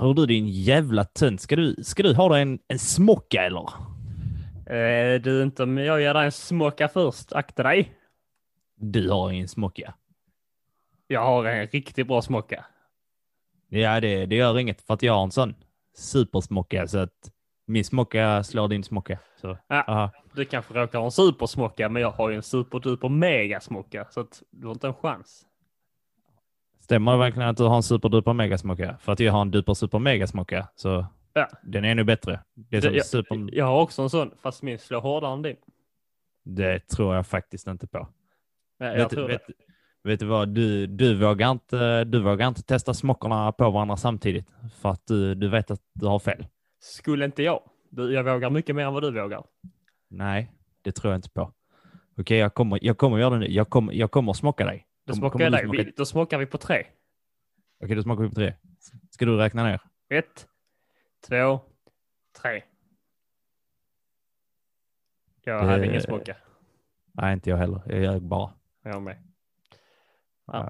Hör du din jävla tönt, ska du ha dig en smocka eller? Du inte om jag ger dig en smocka först. Akta dig. Du har en smocka. Jag har en riktigt bra smocka. Ja, det gör inget för att jag har en sån supersmocka så att min smocka slår din smocka. Så, Ja, aha. du kanske råkar ha en supersmocka, men jag har ju en superduper megasmocka så att du har inte en chans. Stämmer det verkligen att du har en superduper megasmocka? För att jag har en duper super megasmocka så Ja. den är ännu bättre. Det är som super... Jag har också en sån, fast min slår hårdare än din. Det tror jag faktiskt inte på. Ja, Vet du vad? Du vågar inte testa smockorna på varandra samtidigt. För att du vet att du har fel. Skulle inte jag. Jag vågar mycket mer än vad du vågar. Nej, det tror jag inte på. Okej, jag kommer göra det nu. Jag kommer smocka dig. Då smockar vi på 3. Okej, då smakar vi på 3. Ska du räkna ner? 1, 2, 3. Jag hade ingen smocka. Nej, inte jag heller. Jag gör bara. Jag med. Ja.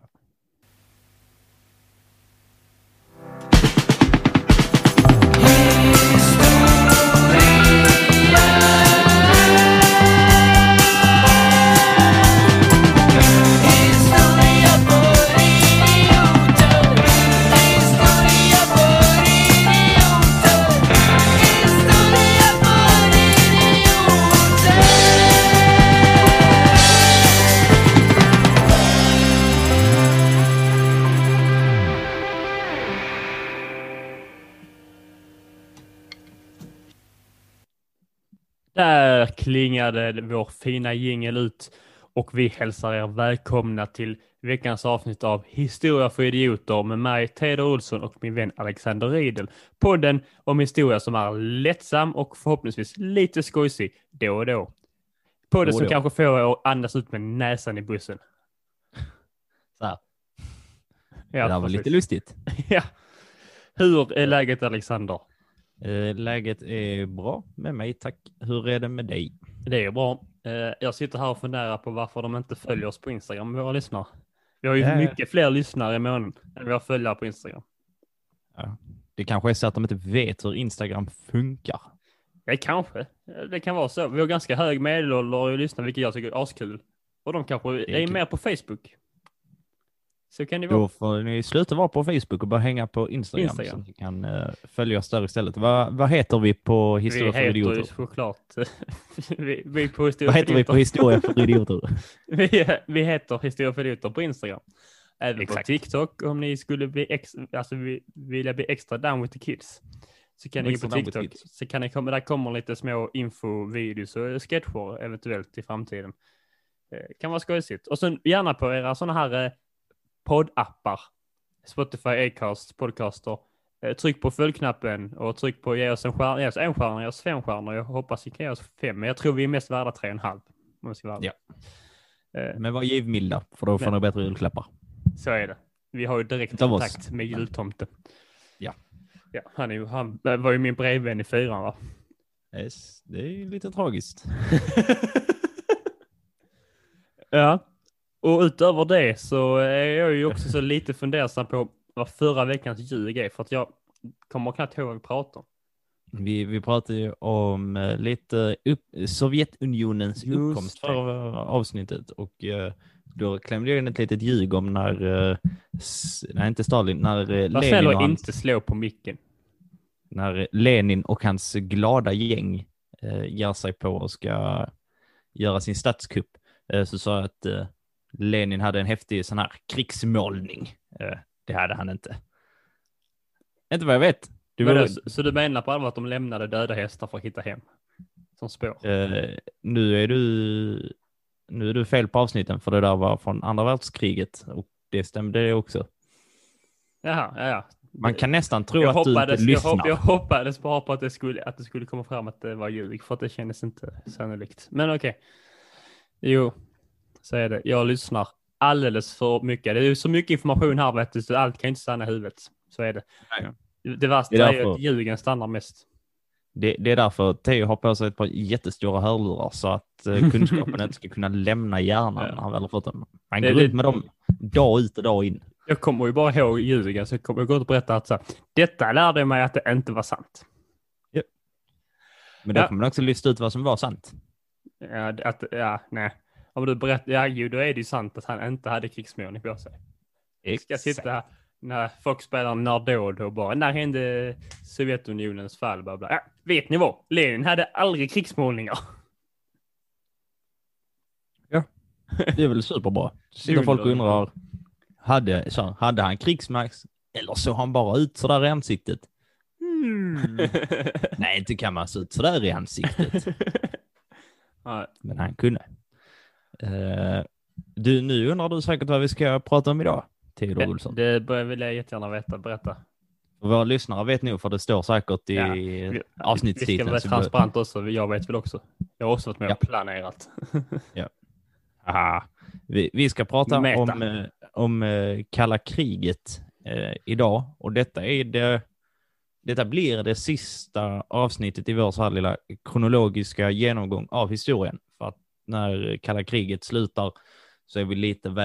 Där klingade vår fina jingel ut och vi hälsar er välkomna till veckans avsnitt av Historia för idioter med mig, Teodor Olsson och min vän Alexander Riedel. Podden om historia som är lättsam och förhoppningsvis lite skojsig då och då. Podden som kanske får er att andas ut med näsan i bussen. Så här. Ja, det var lite lustigt. Ja. Hur är läget, Alexander? Läget är bra med mig, tack. Hur är det med dig? Det är bra. Jag sitter här och funderar på varför de inte följer oss på Instagram, våra lyssnare. Vi har ju mycket fler lyssnare i månaden än vi har följare på Instagram. Ja. Det kanske är så att de inte vet hur Instagram funkar. Det kanske. Det kan vara så. Vi har ganska hög medelålder och lyssnar, vilket jag tycker är askul. Och de kanske är mer på Facebook. Så kan det vara. Då får ni sluta vara på Facebook och bara hänga på Instagram. Så ni kan följa oss där istället. Vad heter vi på Historia för idioter? Vi heter såklart... vi på Historia Vad heter vi på Historia för idioter? vi heter Historia för idioter på Instagram. Även Exakt. på TikTok om ni skulle bli vilja bli extra down with the kids. Så kan ni på TikTok. Så kan ni komma, där kommer lite små infovideos och sketcher eventuellt i framtiden. Kan vara skojsigt. Och så gärna på era sådana här poddappar. Spotify, Acast, Podcaster. Tryck på följknappen och tryck på ge oss en stjärna. Ge oss 1 stjärna, ge oss 5 stjärnor. Jag hoppas vi kan ge oss 5. Men jag tror vi är mest värda 3,5. Ja. Men var givmilda, för då får ni bättre julklappar. Så är det. Vi har ju direkt kontakt med jultomten. Ja. Ja, han var ju min brevvän i 4, va? Yes, det är ju lite tragiskt. Ja. Och utöver det så är jag ju också så lite fundersam på vad förra veckans ljug är. För att jag kommer knappt ihåg vad vi pratar om. Vi pratade ju om lite Sovjetunionens uppkomst för avsnittet. Och då klämde jag in ett litet ljug om när inte Stalin, när Lenin och inte slå på micken. När Lenin och hans glada gäng ger sig på och ska göra sin statskupp. Så sa jag att Lenin hade en häftig sån här krigsmålning. Det hade han inte. Inte vad jag vet. Så du menar på allvar att de lämnade döda hästar för att hitta hem? Som spår? Nu är du fel på avsnitten, för det där var från andra världskriget. Och det stämde också. Jaha, ja. Man kan nästan tro att du inte lyssnar. Jag hoppades bara på att det skulle komma fram att det var ljug. För att det kändes inte sannolikt. Men okej. Jo, så är det. Jag lyssnar alldeles för mycket. Det är ju så mycket information här, vet du, så allt kan inte stanna i huvudet. Så är det. Nej. Det värsta är att ljugen stannar mest. Det är därför Theo har på sig ett par jättestora hörlurar så att kunskapen inte ska kunna lämna hjärnan när han väl har fått dem. Han går runt med dem dag ut och dag in. Jag kommer ju bara ihåg ljuga, så jag kommer gå och berätta att så här, detta lärde mig att det inte var sant. Ja. Men då kommer man också lista ut vad som var sant. Nej. Om du berättar, då är det ju sant att han inte hade krigsmålning på sig. Jag ska sitta här när folk spelar Nardod och bara, när hände Sovjetunionens fall? Bla bla. Vet ni vad? Lenin hade aldrig krigsmålningar. Ja, det är väl superbra. Sitter folk och undrar, hade han krigsmax eller så han bara ut sådär i ansiktet? Nej, inte kan man se ut sådär i ansiktet. Men han kunde. Nu undrar du säkert vad vi ska prata om idag, Theodor Olsson. Det vill jag jättegärna veta. Berätta. Våra lyssnare vet nog, för det står säkert i avsnittstiteln. Vi ska vara transparent också. Jag vet väl också. Jag har också varit med och planerat. Ja. Aha. Vi ska prata om kalla kriget idag. Och detta blir det sista avsnittet i vår så här lilla kronologiska genomgång av historien. För att när kalla kriget slutar så är vi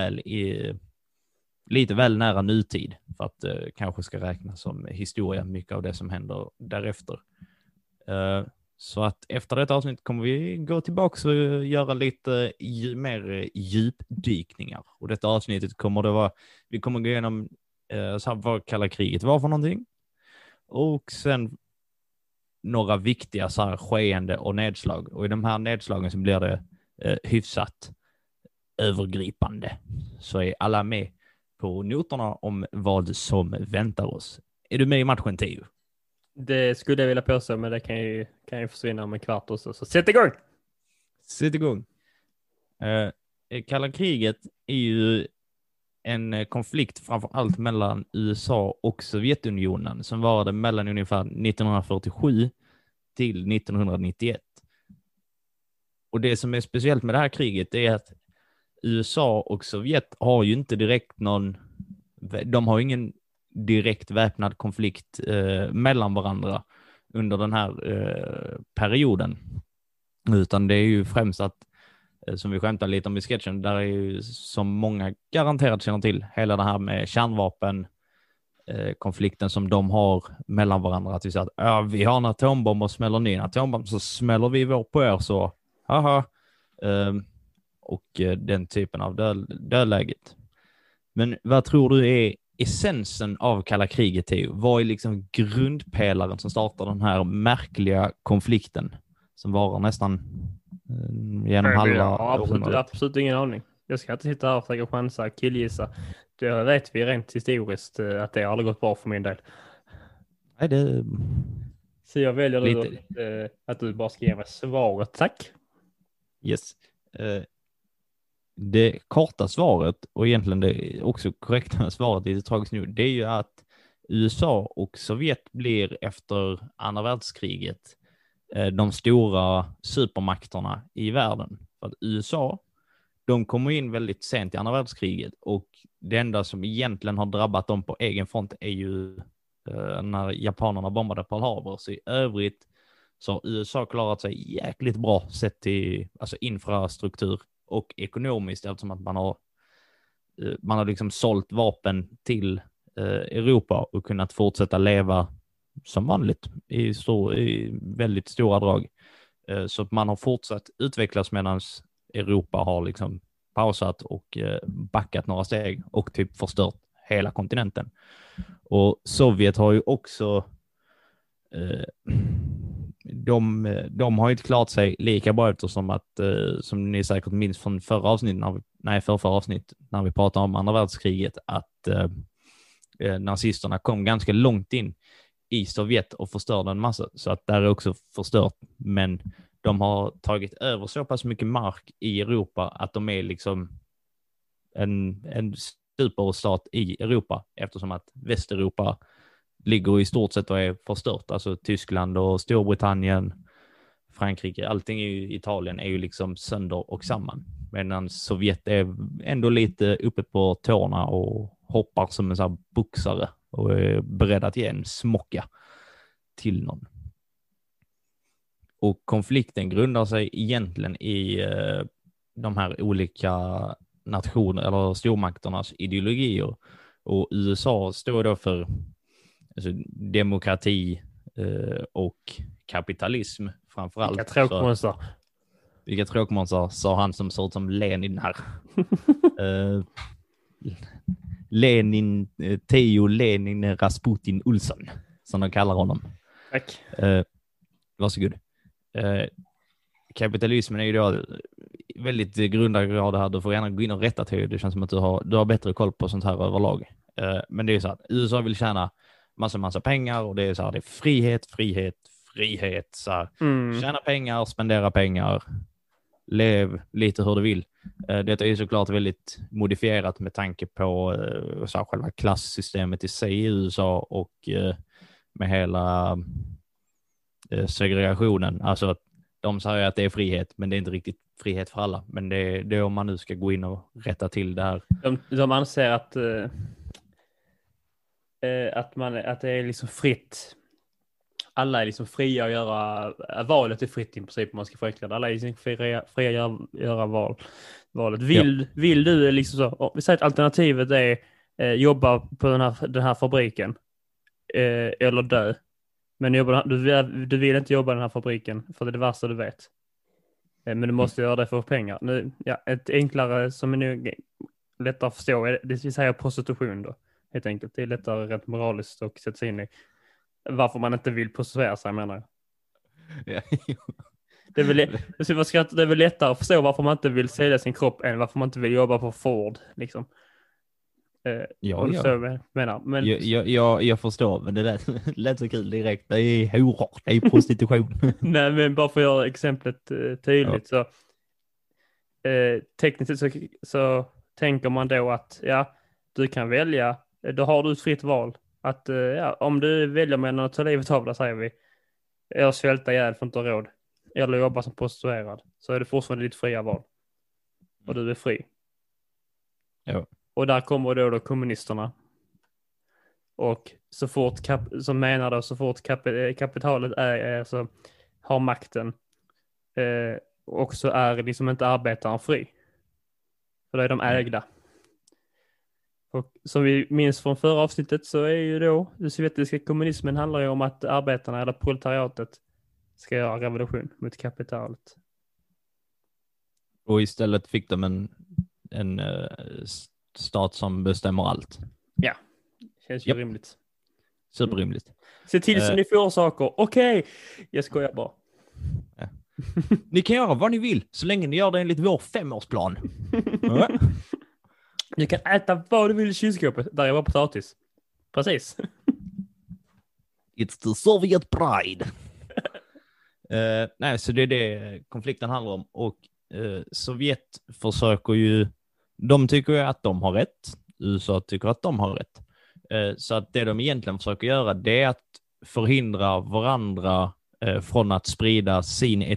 lite väl nära nutid för att kanske ska räknas som historia, mycket av det som händer därefter. Så att efter detta avsnitt kommer vi gå tillbaka och göra lite mer djupdykningar. Och detta avsnittet kommer det vara, vi kommer gå igenom vad kalla kriget var för någonting. Och sen några viktiga så här skeende och nedslag. Och i de här nedslagen så blir det hyfsat övergripande. Så är alla med på noterna om vad som väntar oss. Är du med i matchen, Theo? Det skulle jag vilja påstå, men det kan ju försvinna om en kvart också. Så sätt igång! Sätt igång. Kalla kriget är ju en konflikt framför allt mellan USA och Sovjetunionen som varade mellan ungefär 1947 till 1991. Och det som är speciellt med det här kriget är att USA och Sovjet har ju inte direkt de har ingen direkt väpnad konflikt mellan varandra under den här perioden. Utan det är ju främst att, som vi skämtar lite om i sketchen, där är ju, som många garanterat känner till, hela det här med kärnvapen konflikten som de har mellan varandra. Att vi säger att vi har en atombomb och smäller ni en atombomb så smäller vi vår på er så haha. Och den typen av dödläget. Men vad tror du är essensen av kalla kriget, Theo? Vad är liksom grundpelaren som startar den här märkliga konflikten som varar nästan genom halva absolut ingen aning. Jag ska inte sitta här och försöka chansa, killgissa. Det vet vi rent historiskt att det har aldrig gått bra för min del. Nej, så jag väljer att du bara ska ge mig svaret, tack. Yes. Det korta svaret och egentligen det också korrekta svaret lite tragiskt nu, det är ju att USA och Sovjet blir efter andra världskriget de stora supermakterna i världen. För att USA, de kommer in väldigt sent i andra världskriget och det enda som egentligen har drabbat dem på egen front är ju när japanerna bombade Pearl Harbor. Så i övrigt så har USA klarat sig jäkligt bra sett till alltså infrastruktur och ekonomiskt, eftersom att man har liksom sålt vapen till Europa och kunnat fortsätta leva som vanligt i väldigt stora drag. Så att man har fortsatt utvecklas medan Europa har liksom pausat och backat några steg och typ förstört hela kontinenten. Och Sovjet har ju också de har inte klarat sig lika bra eftersom att, som ni säkert minns från förra avsnitt när vi pratade om andra världskriget, att nazisterna kom ganska långt in i Sovjet och förstörde en massa. Så att där är också förstört. Men de har tagit över så pass mycket mark i Europa att de är liksom en superstat i Europa, eftersom att Västeuropa ligger i stort sett och är förstört. Alltså Tyskland och Storbritannien, Frankrike, allting i Italien är ju liksom sönder och samman. Medan Sovjet är ändå lite uppe på tårna och hoppar som en sån här boxare och är beredd att ge en smocka till någon. Och konflikten grundar sig egentligen i de här olika nationer eller stormakternas ideologier. Och USA står då för alltså, demokrati och kapitalism framförallt. Vilka tråkmånsar, sa han som såg ut som Lenin här. Theo Lenin Rasputin Olsson, som de kallar honom. Tack. Varsågod. Kapitalismen är ju då väldigt grundad grad här. Du får gärna gå in och rätta till det. Det känns som att du har bättre koll på sånt här överlag. Men det är så att USA vill tjäna massa pengar och det är så här, det är frihet. Så här, tjäna pengar, spendera pengar, lev lite hur du vill. Det är ju såklart väldigt modifierat med tanke på så här, själva klasssystemet i sig i USA och med hela segregationen. Alltså att de säger att det är frihet, men det är inte riktigt frihet för alla. Men det är om man nu ska gå in och rätta till det här. De anser att det är liksom fritt. Alla är liksom fria att göra valet är fritt i princip om man ska förenkla det. Alla är liksom fria att göra valet. Vill du liksom så, vi säger att alternativet är jobba på den här fabriken eller dö. Men du vill inte jobba i den här fabriken för det är det värsta du vet. Men du måste göra det för pengar. Nu, ett enklare som är nu lättare att förstå är det vi säger prostitution då. Helt enkelt. Det är lättare rent moraliskt och sätta sig in i varför man inte vill prostituera sig, menar jag. Det är väl lättare att förstå varför man inte vill sälja sin kropp än varför man inte vill jobba på Ford, liksom. Ja. Så menar. Men... Jag förstår, men det lät så kul direkt. Det är horor, det är prostitution. Nej, men bara för att göra exemplet tydligt så tekniskt så tänker man då att du kan välja, då har du ett fritt val. Att om du väljer mellan att ta livet av det, säger vi, eller svälta ihjäl för inte råd, eller jobba som prostituerad, så är det fortfarande ditt fria val. Och du är fri. Ja. Och där kommer då kommunisterna. Och så fort kapitalet är har makten och så är liksom inte arbetaren fri. För då är de ägda. Och som vi minns från förra avsnittet så är ju då den sovjetiska kommunismen handlar ju om att arbetarna eller proletariatet ska göra revolution mot kapitalet. Och istället fick de en stat som bestämmer allt. Ja, känns ju rimligt. Superrimligt. Se till så ni får saker. Okej, jag skojar bara. Ja. Ni kan göra vad ni vill så länge ni gör det enligt vår 5-årsplan. Du kan äta vad du vill i kylskåpet. Där är bara potatis. Precis. It's the Soviet pride. Nej, så det är det konflikten handlar om. Och Sovjet försöker ju, de tycker ju att de har rätt. USA tycker att de har rätt. Så att det de egentligen försöker göra, det är att förhindra varandra från att sprida sin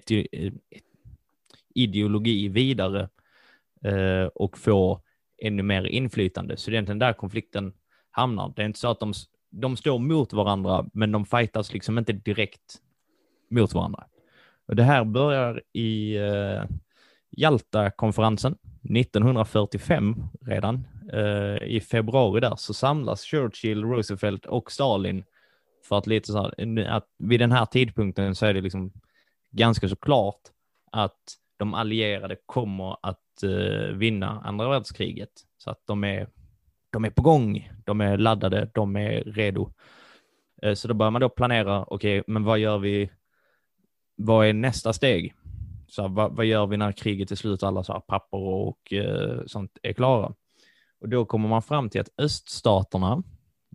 ideologi vidare och få ännu mer inflytande. Så det är egentligen där konflikten hamnar. Det är inte så att de står mot varandra, men de fightas liksom inte direkt mot varandra. Och det här börjar i Jalta-konferensen 1945 redan. I februari där så samlas Churchill, Roosevelt och Stalin för att lite så här, att vid den här tidpunkten så är det liksom ganska så klart att de allierade kommer att vinna andra världskriget. Så att de är på gång, de är laddade, de är redo. Så då börjar man då planera, okej, men vad gör vi? Vad är nästa steg? Så vad gör vi när kriget är slut, alla så här papper och sånt är klara? Och då kommer man fram till att öststaterna,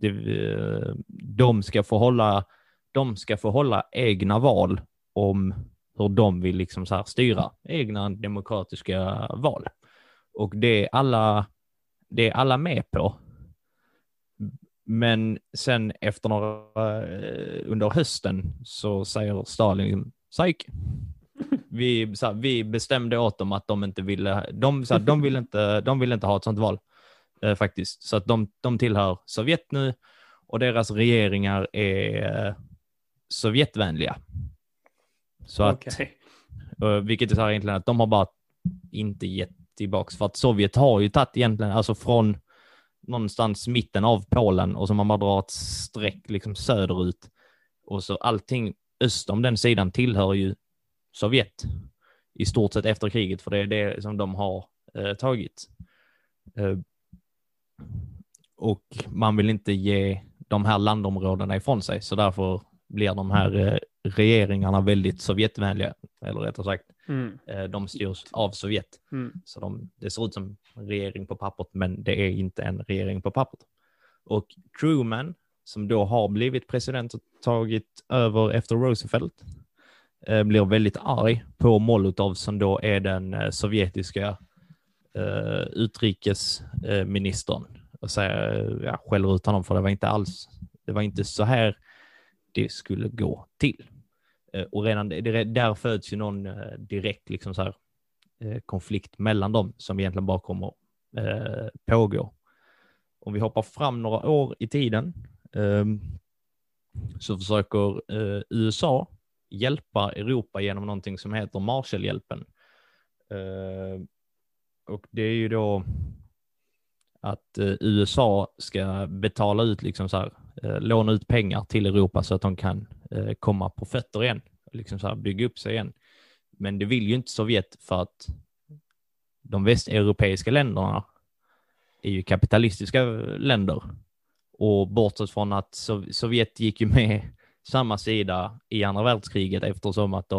de ska få hålla egna val om hur de vill liksom så här styra, egna demokratiska val. Och det är alla med på. Men sen efter under hösten så säger Stalin, psyk. Vi bestämde åt dem att de inte ville, de vill inte ha ett sånt val faktiskt. Så att de tillhör Sovjet nu och deras regeringar är sovjetvänliga. Så att, vilket är så här egentligen att de har bara inte gett tillbaks, för att Sovjet har ju tagit egentligen, alltså från någonstans mitten av Polen och så man bara drar ett streck liksom söderut. Och så allting öst om den sidan tillhör ju Sovjet i stort sett efter kriget, för det är det som de har tagit. Och man vill inte ge de här landområdena ifrån sig, så därför blir de här regeringarna väldigt sovjetvänliga, eller rättare sagt, de styrs av Sovjet. Så det ser ut som en regering på pappret, men det är inte en regering på pappret. Och Truman, som då har blivit president och tagit över efter Roosevelt, blir väldigt arg på Molotov, som då är den sovjetiska utrikesministern, och säger, skäller ut honom, för det var inte så här det skulle gå till. Och redan där föds ju någon direkt liksom så här, konflikt mellan dem som egentligen bara kommer pågå. Om vi hoppar fram några år i tiden, så försöker USA hjälpa Europa genom någonting som heter Marshallhjälpen. Och det är ju då att USA ska betala ut liksom så här, låna ut pengar till Europa så att de kan komma på fötter igen, liksom så här, bygga upp sig igen. Men det vill ju inte Sovjet, för att de västeuropeiska länderna är ju kapitalistiska länder, och bortsett från att Sovjet gick ju med samma sida i andra världskriget, eftersom att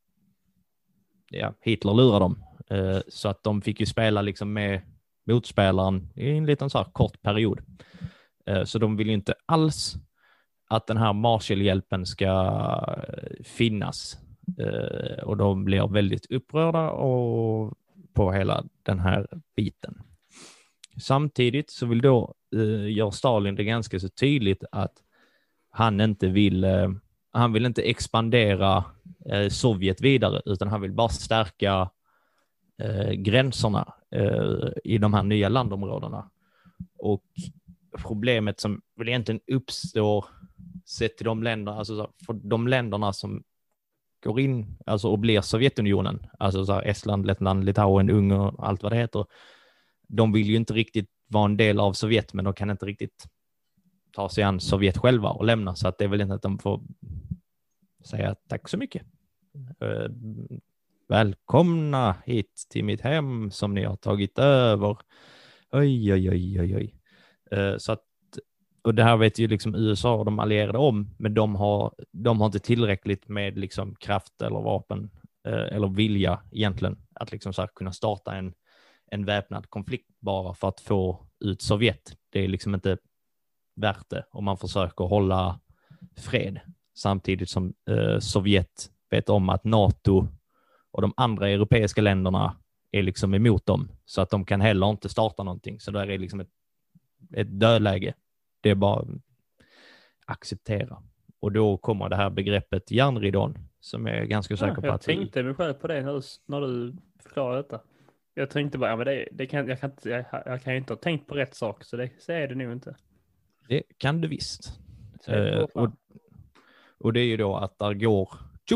Hitler lurade dem, så att de fick ju spela liksom med motspelaren i en liten så här kort period. Så de vill ju inte alls att den här Marshallhjälpen ska finnas, och de blir väldigt upprörda och på hela den här biten. Samtidigt så vill då gör Stalin det ganska så tydligt att han vill inte expandera Sovjet vidare, utan han vill bara stärka gränserna i de här nya landområdena. Och problemet som väl egentligen uppstår sett till de länderna, alltså för de länderna som går in alltså och blir Sovjetunionen, alltså så här Estland, Lettland, Litauen, Ungern, allt vad det heter, de vill ju inte riktigt vara en del av Sovjet, men de kan inte riktigt ta sig an Sovjet själva och lämna, så att det är väl inte att de får säga tack så mycket. Välkomna hit till mitt hem som ni har tagit över. Oj. Så att, och det här vet ju liksom USA och de allierade om, men de har inte tillräckligt med liksom kraft eller vapen eller vilja egentligen att liksom så här kunna starta en väpnad konflikt bara för att få ut Sovjet. Det är liksom inte värt det om man försöker hålla fred, samtidigt som Sovjet vet om att NATO och de andra europeiska länderna är liksom emot dem, så att de kan heller inte starta någonting. Så där är liksom ett dödläge. Det är bara acceptera. Och då kommer det här begreppet järnridån, som är ganska säker på att... Jag tänkte mig själv på det när du förklarade detta. Jag tänkte bara, men jag kan ju inte ha tänkt på rätt sak, så det är det nog inte. Det kan du visst. Och det är ju då att där går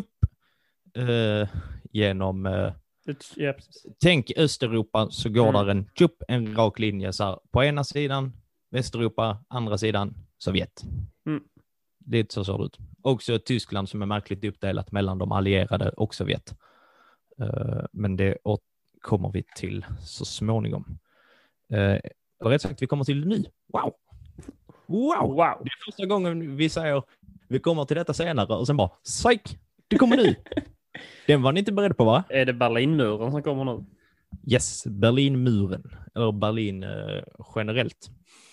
genom... tänk Östeuropa, så går där en rak linje så här, på ena sidan Västeuropa, andra sidan Sovjet. Det är så ser det ut. Också Tyskland som är märkligt uppdelat mellan de allierade och Sovjet. Men det kommer vi till så småningom. Rätt sagt, vi kommer till det nu. Wow! Det är första gången vi säger vi kommer till detta senare, och sen bara psyk! Det kommer nu! Den var ni inte beredd på, va? Är det Berlinmuren som kommer nu? Yes, Berlinmuren. Eller Berlin generellt.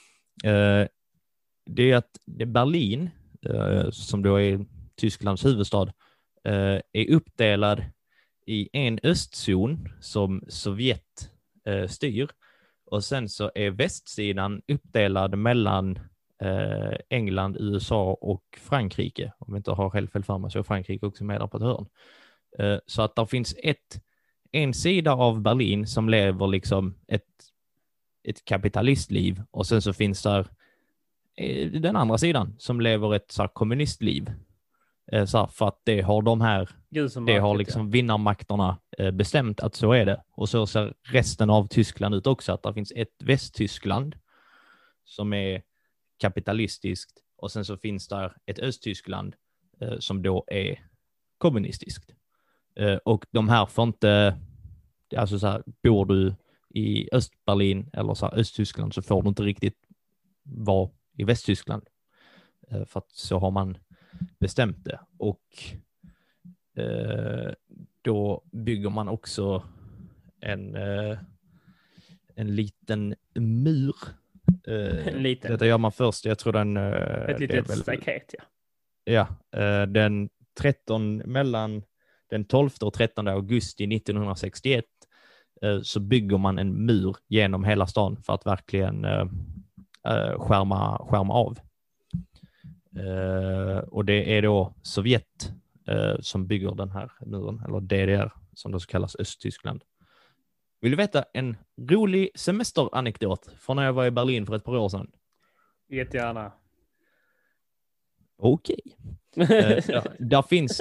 Det är att Berlin, som då är Tysklands huvudstad, är uppdelad i en östzon som Sovjet styr. Och sen så är västsidan uppdelad mellan England, USA och Frankrike. Om vi inte har själv för mig så är Frankrike också med där på ett hörn. Så att det finns en sida av Berlin som lever liksom ett kapitalistliv, och sen så finns där den andra sidan som lever ett så här kommunistliv. Så här, för att det har liksom vinnarmakterna bestämt att så är det. Och så ser resten av Tyskland ut också, att det finns ett Västtyskland som är kapitalistiskt och sen så finns där ett Östtyskland som då är kommunistiskt. Och de här får inte, alltså så här, bor du i Östberlin eller så här, Östtyskland så får du inte riktigt vara i Västtyskland. För att så har man bestämt det. Och då bygger man också en liten mur. En liten. Detta gör man först, jag tror den... Ett litet staket, ja. Ja, mellan den 12 och 13 augusti 1961 så bygger man en mur genom hela stan för att verkligen skärma av. Och det är då Sovjet som bygger den här muren, eller DDR som då så kallas Östtyskland. Vill du veta en rolig semesteranekdot från när jag var i Berlin för ett par år sedan? Jättegärna. Okej. Där finns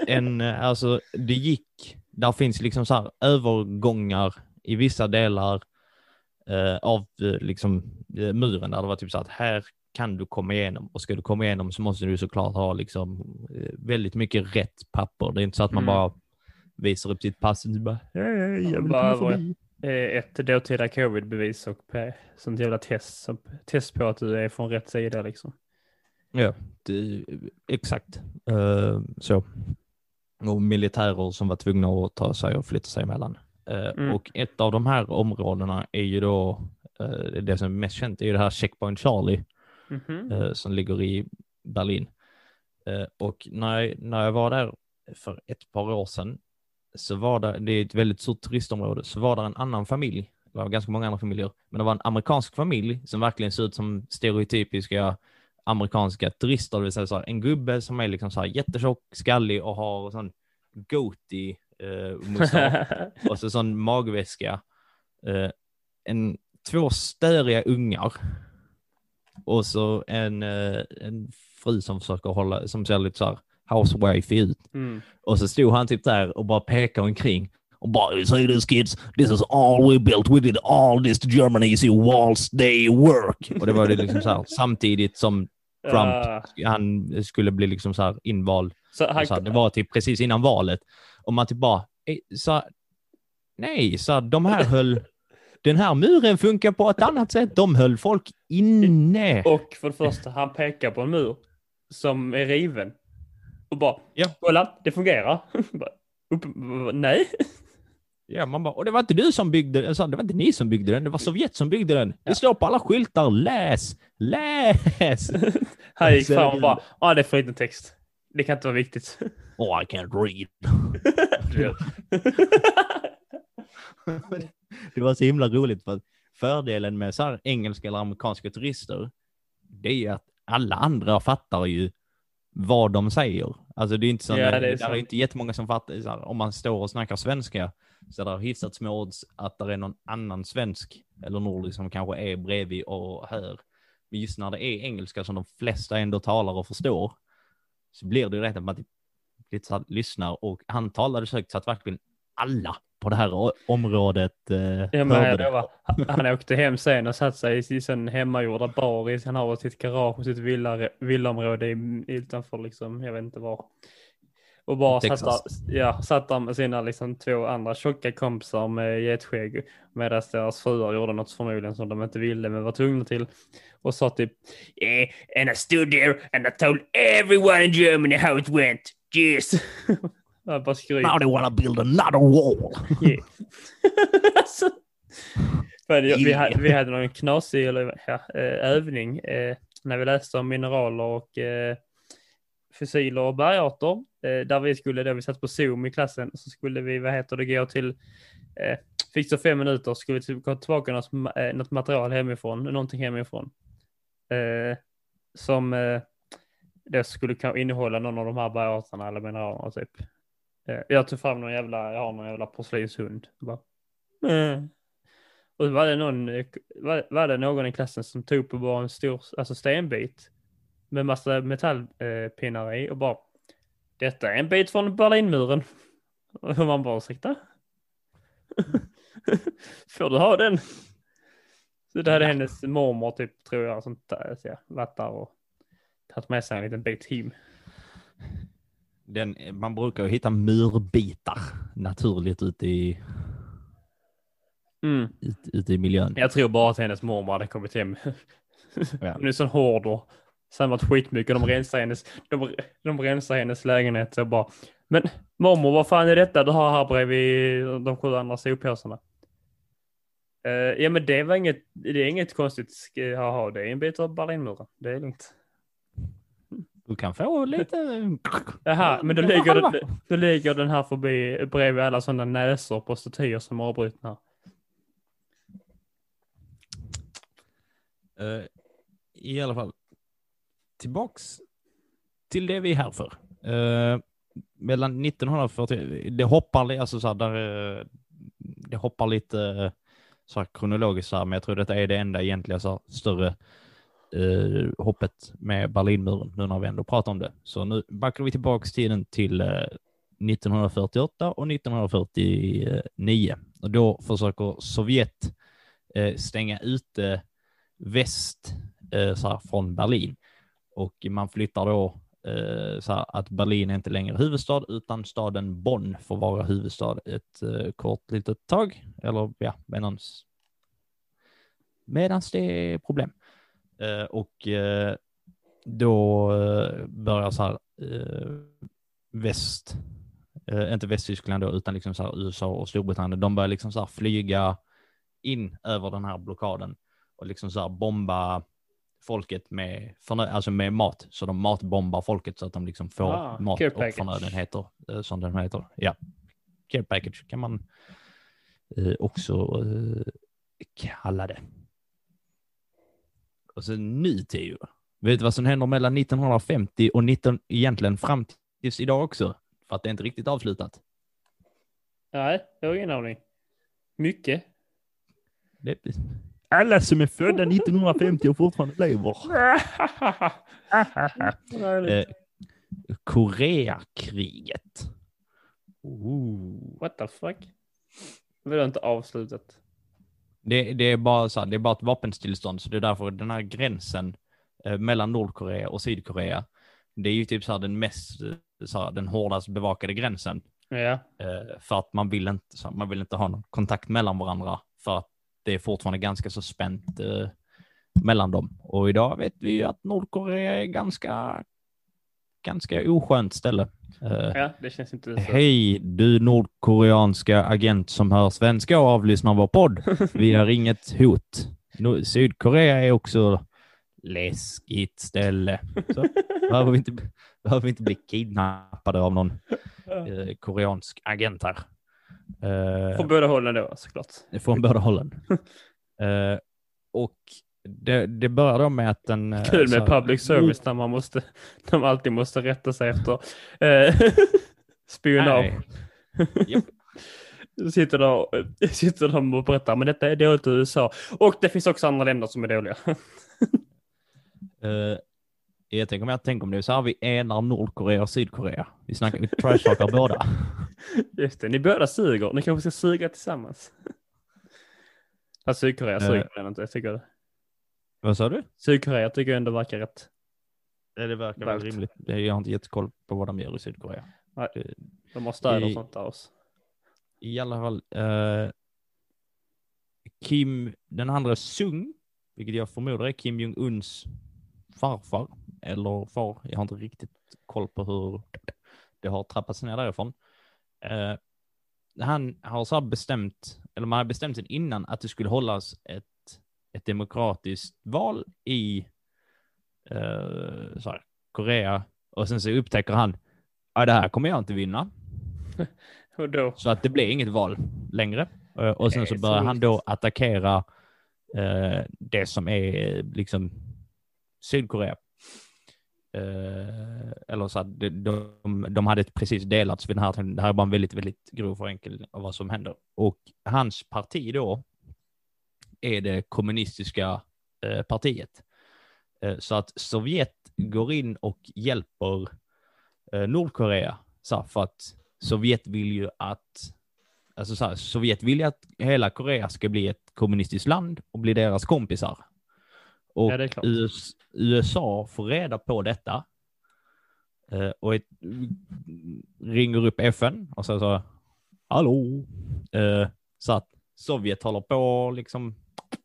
där finns liksom så här övergångar i vissa delar av liksom muren där det var typ så att här kan du komma igenom, och ska du komma igenom så måste du såklart ha liksom väldigt mycket rätt papper. Det är inte så att man bara visar upp sitt pass och bara, jag vill komma förbi. Ett dåtida covid-bevis och sånt jävla test på att du är från rätt sida liksom. Ja, exakt. Så. Och militärer som var tvungna att ta sig och flytta sig emellan. Och ett av de här områdena är ju då, det som är mest känt är ju det här Checkpoint Charlie som ligger i Berlin. Och när jag var där för ett par år sedan så var det är ett väldigt stort turistområde, så var det en annan familj, det var ganska många andra familjer, men det var en amerikansk familj som verkligen ser ut som stereotypiska amerikanska turister, det vill säga så här, en gubbe som är liksom så här jättetjock, skallig och har sån goatee mustasch och så sån magväska, två störiga ungar och så en fru som försöker hålla, som ser lite så här housewife ut. Och så stod han typ där och bara pekade omkring och bara, say this kids, this is all we built, we did all this to Germany, see walls they work. Och det var det liksom så här, samtidigt som Trump, han skulle bli liksom så här invald. Så det var typ precis innan valet. Och man typ bara, de här höll, den här muren funkar på ett annat sätt. De höll folk inne. Och för det första, han pekar på en mur som är riven. Och bara, kolla, det fungerar. Nej. Ja, man bara, och det var inte du som byggde den. Det var inte ni som byggde den, det var Sovjet som byggde den. Det står på alla skyltar, läs. Han gick fram och bara, det är för liten text. Det kan inte vara viktigt. I can't read. Det var så himla roligt, för fördelen med så här engelska eller amerikanska turister, det är ju att alla andra fattar ju vad de säger. Alltså det är inte så, det är inte jättemånga som fattar så här, om man står och snackar svenska så är det hyfsat små odds att det är någon annan svensk eller nordisk som kanske är bredvid och hör. Men just när det är engelska som de flesta ändå talar och förstår, så blir det ju rätt att man lite så här lyssnar, och han talade så högt så att verkligen alla på det här området han åkte hem sen och satt sig i sin hemmagjorda bar. Han har sitt garage och sitt villaområde utanför liksom, jag vet inte var. Och bara satt där med sina liksom 2 andra tjocka kompisar med getskägg, medan deras fruar gjorde något förmodligen som de inte ville men var tvungna till, och sa typ and I stood there and I told everyone in Germany how it went. Yes. Bara skryt. Now they wanna build another wall. Yeah. Alltså, vi hade någon knasig övning när vi läste om mineraler och fossiler och bergarter, där vi satt på Zoom i klassen, så skulle vi gå till fick så 5 minuter, skulle vi gå tillbaka något material hemifrån, någonting hemifrån som det skulle innehålla någon av de här bergarterna eller mineralerna typ. Jag tog fram jag har någon jävla porslinshund. Och så var det någon i klassen som tog på bara en stor stenbit med massa metallpinnar i och bara, detta är en bit från Berlinmuren. Och man bara, ursäkta? Får du ha den? Så det hade hennes mormor typ, tror jag, som varit där och tagit med sig en liten bit him. Man brukar ju hitta murbitar naturligt ute i miljön. Jag tror bara att hennes mormor hade kommit hem. Ja. Hon är så hård och sen varit skitmycket. De rensar hennes lägenhet och bara, men mormor, vad fan är detta du har här bredvid de 7 andra sophåsarna? Ja, men det är inget konstigt. Jaha, det är en bit av Berlinmuren. Det är lugnt. Du kan få lite... Jaha, men då ligger den här bredvid alla sådana näsor på statyer som är avbrutna. I alla fall, tillbaks till det vi är här för. Mellan 1940, det hoppar, alltså så här, det hoppar lite så här kronologiskt så här, men jag tror detta är det enda egentliga så här, större hoppet med Berlinmuren nu när vi ändå pratar om det. Så nu backar vi tillbaks tiden till 1948 och 1949. Och då försöker Sovjet stänga ute väst så här, från Berlin. Och man flyttar då så här, att Berlin är inte längre huvudstad utan staden Bonn får vara huvudstad ett kort litet tag. Eller ja, medans det är problem. Och då börjar så här inte Västtyskland då, utan liksom så här USA och Storbritannien, de börjar liksom så här flyga in över den här blockaden och liksom så här bomba folket med mat, så de matbombar folket så att de liksom får mat och förnödenheter som den heter. Ja, care package kan man också kalla det. Och så nutid. Vet du vad som händer mellan 1950 och egentligen fram tills idag också? För att det är inte riktigt avslutat. Nej, jag har ingen aning. Mycket. Alla som är födda 1950 och fortfarande lever. Koreakriget. What the fuck? Det är inte avslutat. Det är bara så här, det är bara ett vapenstillstånd, så det är därför den här gränsen mellan Nordkorea och Sydkorea, det är ju typ så här den mest så här, den hårdast bevakade gränsen. Ja. För att man vill inte ha någon kontakt mellan varandra, för att det är fortfarande ganska så spänt mellan dem. Och idag vet vi ju att Nordkorea är ganska oskönt ställe. Ja, det känns inte så. Hej, du nordkoreanska agent som hör svenska och avlyssnar vår podd. Vi har inget hot. Sydkorea är också läskigt ställe. Så behöver vi inte bli kidnappade av någon koreansk agent här. Från båda hållen då, såklart. Från båda hållen. Och det börjar då med att den... Kul med public service när de alltid måste rätta sig efter spionage. Yep. Sitter de och berättar, men detta är dåligt i USA. Och det finns också andra länder som är dåliga. Jag tänker om det är så här, vi enar Nordkorea och Sydkorea. Vi trashtalkar båda. Just det, ni båda suger. Ni kanske ska suga tillsammans. Ja, Sydkorea suger inte, jag tycker det. Vad sa du? Sydkorea tycker jag ändå verkar rätt. Det verkar väl rimligt. Jag har inte gett koll på vad de gör i Sydkorea. Nej, de har städer och sånt där också. I alla fall, Kim, den andra Sung, vilket jag förmodar är Kim Jong-Uns farfar eller far. Jag har inte riktigt koll på hur det har trappats ner därifrån. Han har så bestämt, eller man har bestämt sig innan att det skulle hållas ett demokratiskt val i Korea, och sen så upptäcker han det här kommer jag inte vinna. Och då? Så att det blir inget val längre. Och sen så börjar han då attackera det som är liksom Sydkorea. Eller så att de hade precis delats vid den här. Det här är bara en väldigt, väldigt grov förenkling av vad som händer. Och hans parti då är det kommunistiska partiet. Så att Sovjet går in och hjälper Nordkorea. Så för att Sovjet vill ju att alltså så här, Sovjet vill ju att hela Korea ska bli ett kommunistiskt land och bli deras kompisar. Och Ja, det är klart. USA får reda på detta och ringer upp FN och säger så, hallå, så att Sovjet håller på liksom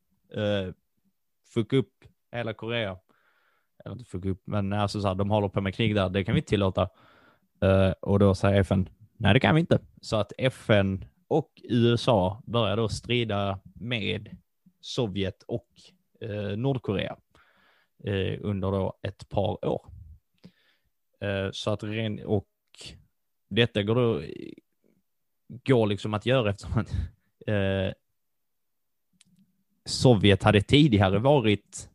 fucka upp hela Korea. Eller inte fucka upp, men alltså så här, de håller på med krig där, det kan vi inte tillåta. Och då säger FN, nej det kan vi inte. Så att FN och USA börjar då strida med Sovjet och Nordkorea under då ett par år. Så att och detta går liksom att göra eftersom att Sovjet hade tidigare varit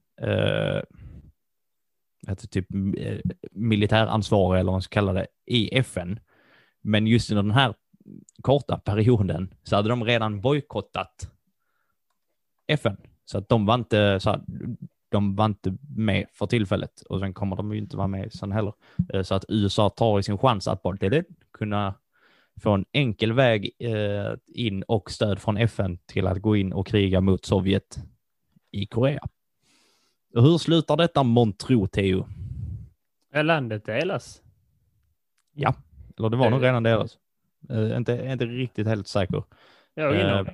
typ militäransvarig eller vad man ska kalla det i FN. Men just under den här korta perioden så hade de redan bojkottat FN. Så att de var inte med för tillfället. Och sen kommer de ju inte vara med sen heller. Så att USA tar i sin chans att bara kunna få en enkel väg in och stöd från FN till att gå in och kriga mot Sovjet i Korea. Och hur slutar detta montro, Theo? Är landet delas? Ja, eller det var nog redan deras. Inte riktigt helt säker. Ja,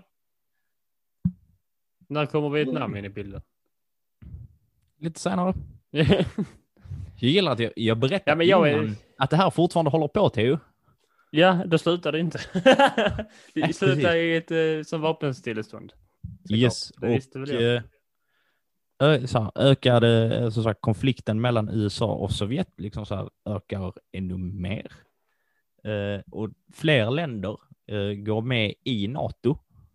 när kommer Vietnam in i bilden? Lite senare. Jag gillar att jag berättar innan att det här fortfarande håller på, Theo. Ja, då slutar det inte. Det slutar i ett som vapenstillestånd. Yes, och så här, ökade så sagt, konflikten mellan USA och Sovjet liksom så här, ökar ännu mer. Och fler länder går med i NATO.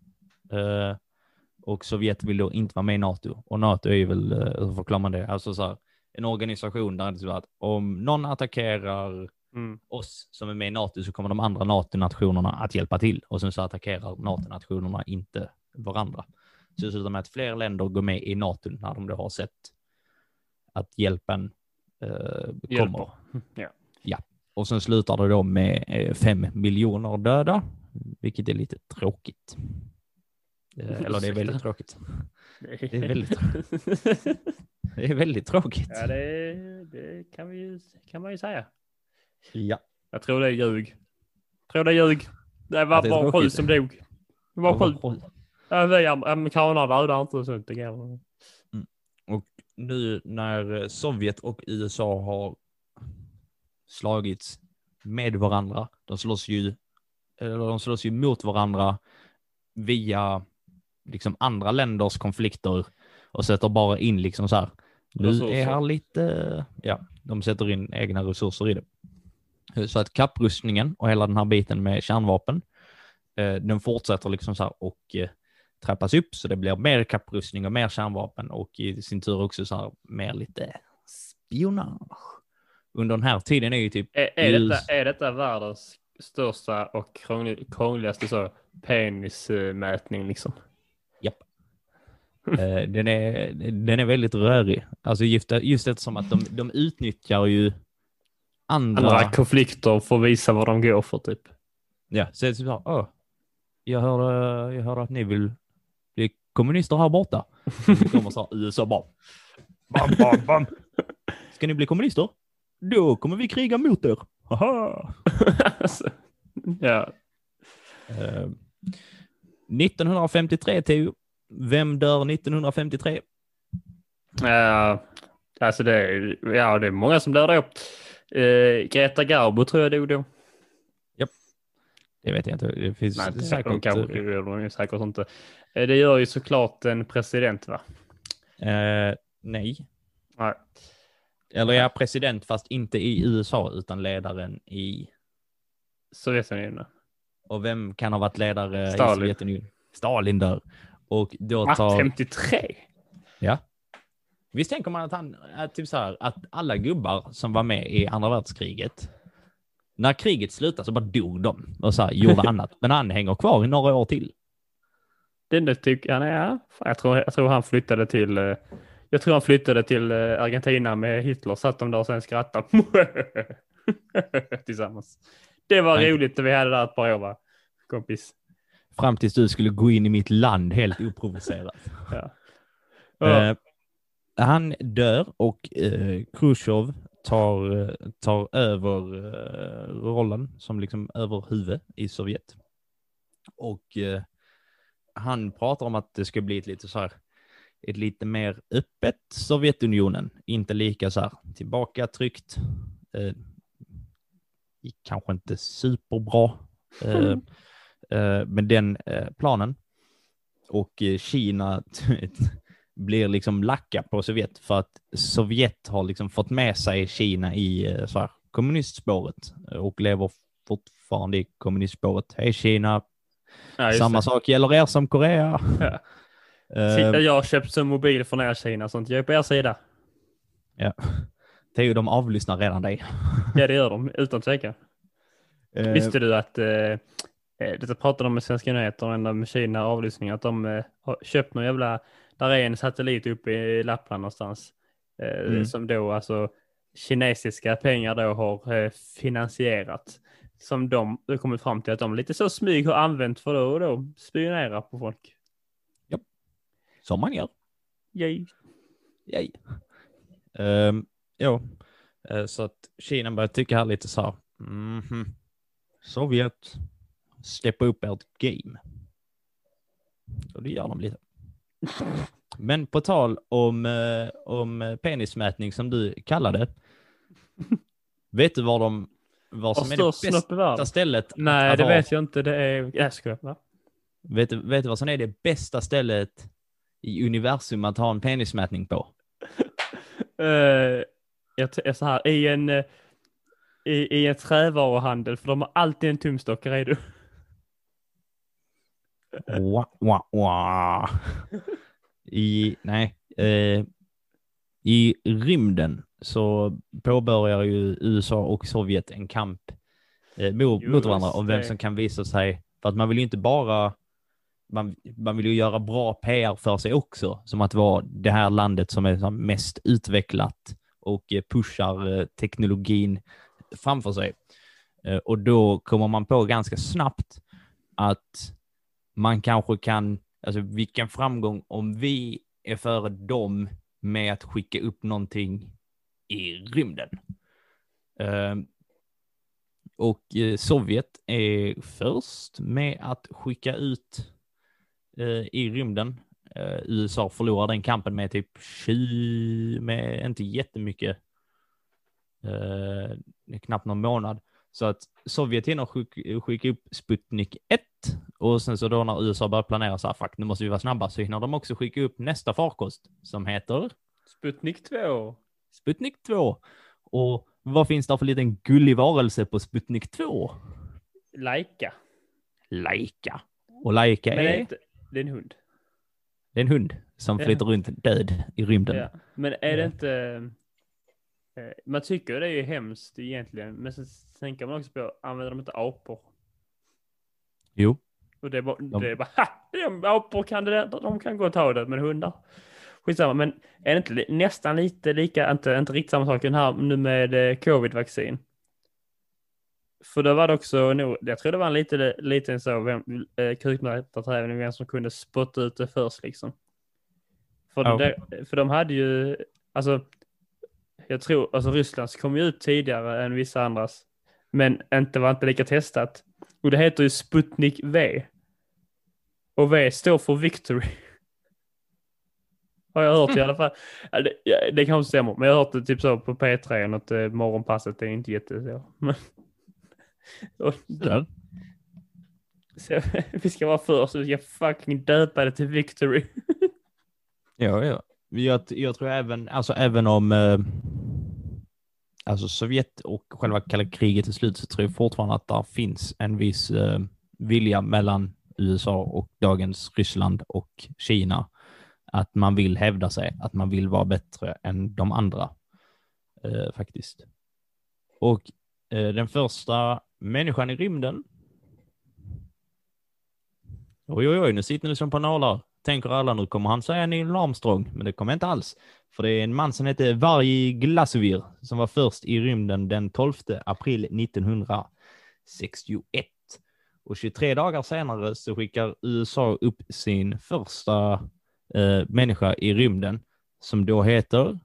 Och Sovjet vill då inte vara med i NATO. Och NATO är ju väl, hur förklarar man det? Alltså så här, en organisation där det är så att om någon attackerar oss som är med i NATO så kommer de andra NATO-nationerna att hjälpa till. Och sen så attackerar NATO-nationerna inte varandra. Så det slutar med att fler länder går med i NATO när de då har sett att hjälpen kommer. Ja. Och sen slutar det då med 5 miljoner döda, vilket är lite tråkigt. Eller det är väldigt tråkigt. Det är väldigt tråkigt. Ja, det kan man ju säga. Ja. Jag tror det är ljug. Det var bara 7 som dog. Det var 7. Vi amerikaner dödar inte sånt. Och nu när Sovjet och USA har slagits med varandra, de slåss ju mot varandra via liksom andra länders konflikter och sätter bara in liksom så här. Nu är här lite, de sätter in egna resurser i det. Så att kapprustningen och hela den här biten med kärnvapen, den fortsätter liksom så här och trappas upp, så det blir mer kapprustning och mer kärnvapen och i sin tur också så här mer lite spionage. Under den här tiden är ju typ... Är detta världens största och krångligaste så penismätning liksom? Japp. Den är väldigt rörig. Alltså just eftersom att de utnyttjar ju andra konflikter för att visa vad de går för typ. Ja, så är det så jag hörde att ni vill bli kommunister här borta. Det kommer så här, USA bara bam. Ska ni bli kommunister? Då kommer vi kriga mot er. Haha. Ja. 1953, Theo. Vem dör 1953? Alltså det är många som dör då. Greta Garbo tror jag dog då. Japp. Det vet jag inte. Det finns säkert inte. Det gör ju såklart en president, va? Nej. Nej. Eller president fast inte i USA utan ledaren i Sovjetunionen. Och vem kan ha varit ledare Stalin. i Sovjetunionen? Stalin dör. Och då tar... 53? Ja. Visst tänker man typ så här, att alla gubbar som var med i andra världskriget, när kriget slutade så bara dog de och så här, gjorde annat. Men han hänger kvar i några år till. Jag tror han flyttade till... Jag tror han flyttade till Argentina med Hitler, satt de där och sen skrattade tillsammans. Det var roligt när vi hade där ett par år, va? Kompis. Fram tills du skulle gå in i mitt land helt oprovocerat. Ja. Han dör och Khrushchev tar över rollen som liksom överhuvud i Sovjet. Och han pratar om att det ska bli ett lite mer öppet Sovjetunionen. Inte lika så här tillbakatryckt. Kanske inte superbra. Men den planen. Och Kina blir liksom lacka på Sovjet för att Sovjet har liksom fått med sig Kina i så här kommunistspåret och lever fortfarande i kommunistspåret. Hej Kina, samma sak gäller er som Korea. Ja. Jag har köpt en mobil från er Kina, sånt jag är på er sida. Ja, Theo, de avlyssnar redan dig. Ja, det gör de, utan tvekan. Visste du att det pratade om med Svenska nyheter med Kina avlyssning, att de har köpt någon jävla, där är en satellit uppe i Lappland någonstans som då alltså kinesiska pengar då har finansierat, som de har kommit fram till att de lite så smyg har använt för att då spionera på folk. Ja, som man gör. Yay. Så att Kina börjar tycka här lite så här, Sovjet, steppa upp ert game. Och det gör de lite. Men på tal om penismätning som du kallade, vet du vad som är det bästa stället? Nej, det vet jag inte. Det är... Jag ska va? Vet du vad som är det bästa stället i universum att ha en penismätning på? Jag så här, i en trävaruhandel, för de har alltid en tumstock redo. I rymden så påbörjar ju USA och Sovjet en kamp mot varandra om vem som kan visa sig, för att man vill ju inte bara man vill ju göra bra PR för sig också, som att vara det här landet som är mest utvecklat och pushar teknologin framför sig. Och då kommer man på ganska snabbt att man kanske kan, alltså vilken framgång om vi är före dem med att skicka upp någonting i rymden. Och Sovjet är först med att skicka ut i rymden. USA förlorar den kampen med typ 20, med inte jättemycket, knappt någon månad. Så att Sovjet hinner skicka upp Sputnik 1 och sen så då när USA börjar planera så här, fuck, nu måste vi vara snabba, så hinner de också skicka upp nästa farkost som heter Sputnik 2. Sputnik 2. Och vad finns det för liten gullig varelse på Sputnik 2? Laika. Och Laika är... Det är en hund. Det är en hund som flyter runt död i rymden. Ja. Men är det inte... Man tycker det är ju hemskt egentligen. Men sen kan man också på, använder de inte apor? Jo. Och det är bara apor kan det, de kan gå och ta det, men hundar. Skitsamma, men är det inte nästan lite lika, inte riktigt samma sak den här nu med covid-vaccin? För det var det också, jag tror det var en liten så kukmätartävling vem som kunde spotta ut det först liksom. För de hade ju, alltså jag tror, alltså Rysslands kom ju ut tidigare än vissa andras, men var inte lika testat. Och det heter ju Sputnik V. Och V står för Victory. Har jag hört i alla fall. Det kanske stämmer, men jag har hört det typ så på P3 att morgonpasset är inte jätteså. Så vi ska vara först, så vi ska fucking döpa det till Victory. Ja. Jag tror även om Sovjet och själva kalla kriget till slut, så tror jag fortfarande att det finns en viss vilja mellan USA och dagens Ryssland och Kina att man vill hävda sig, att man vill vara bättre än de andra faktiskt. Och den första människan i rymden, oj, nu sitter ni som på nålar. Tänker alla, nu kommer han säga Neil Armstrong, men det kommer inte alls. För det är en man som heter Varij Glasovir som var först i rymden den 12 april 1961. Och 23 dagar senare så skickar USA upp sin första människa i rymden som då heter...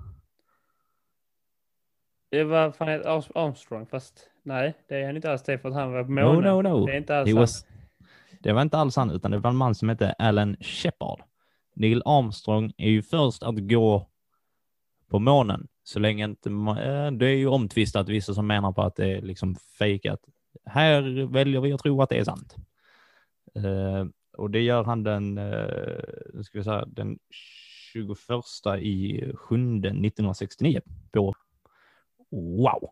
Det var fan ett Armstrong, fast nej, det är han inte alls det för att han var på månen. No. Det är inte alls det var inte alls han, utan det var en man som hette Alan Shepard. Neil Armstrong är ju först att gå på månen, så länge inte... det är ju omtvistat, vissa som menar på att det är liksom fejkat. Här väljer vi att tro att det är sant. Och det gör han den 21/7/1969 på... Wow!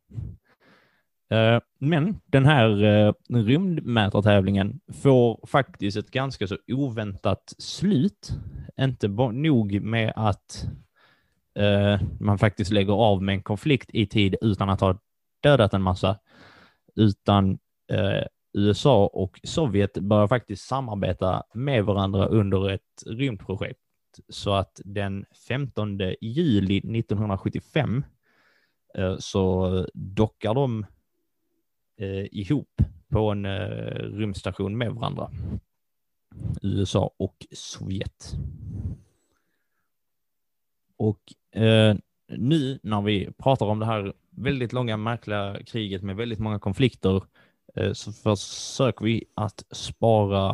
Men den här rymdmätartävlingen får faktiskt ett ganska så oväntat slut. Inte nog med att man faktiskt lägger av med en konflikt i tid utan att ha dödat en massa, utan USA och Sovjet börjar faktiskt samarbeta med varandra under ett rymdprojekt. Så att den 15 juli 1975 så dockar de ihop på en rymdstation med varandra. USA och Sovjet. Och nu när vi pratar om det här väldigt långa märkliga kriget med väldigt många konflikter så försöker vi att spara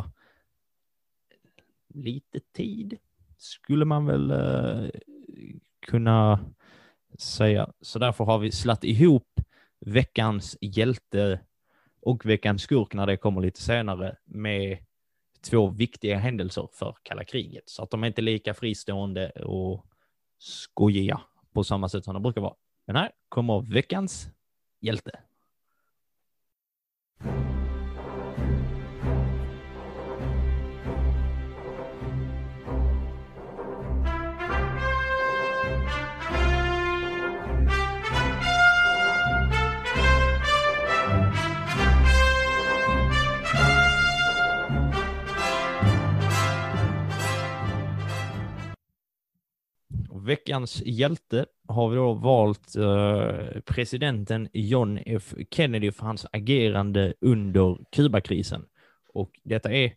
lite tid, skulle man väl kunna säga. Så därför har vi slatt ihop veckans hjälte och veckans skurk när det kommer lite senare med två viktiga händelser för kalla kriget. Så att de är inte lika fristående och skojiga på samma sätt som de brukar vara. Men här kommer veckans hjälte. Veckans hjälte har vi då valt presidenten John F. Kennedy för hans agerande under Kubakrisen. Och detta är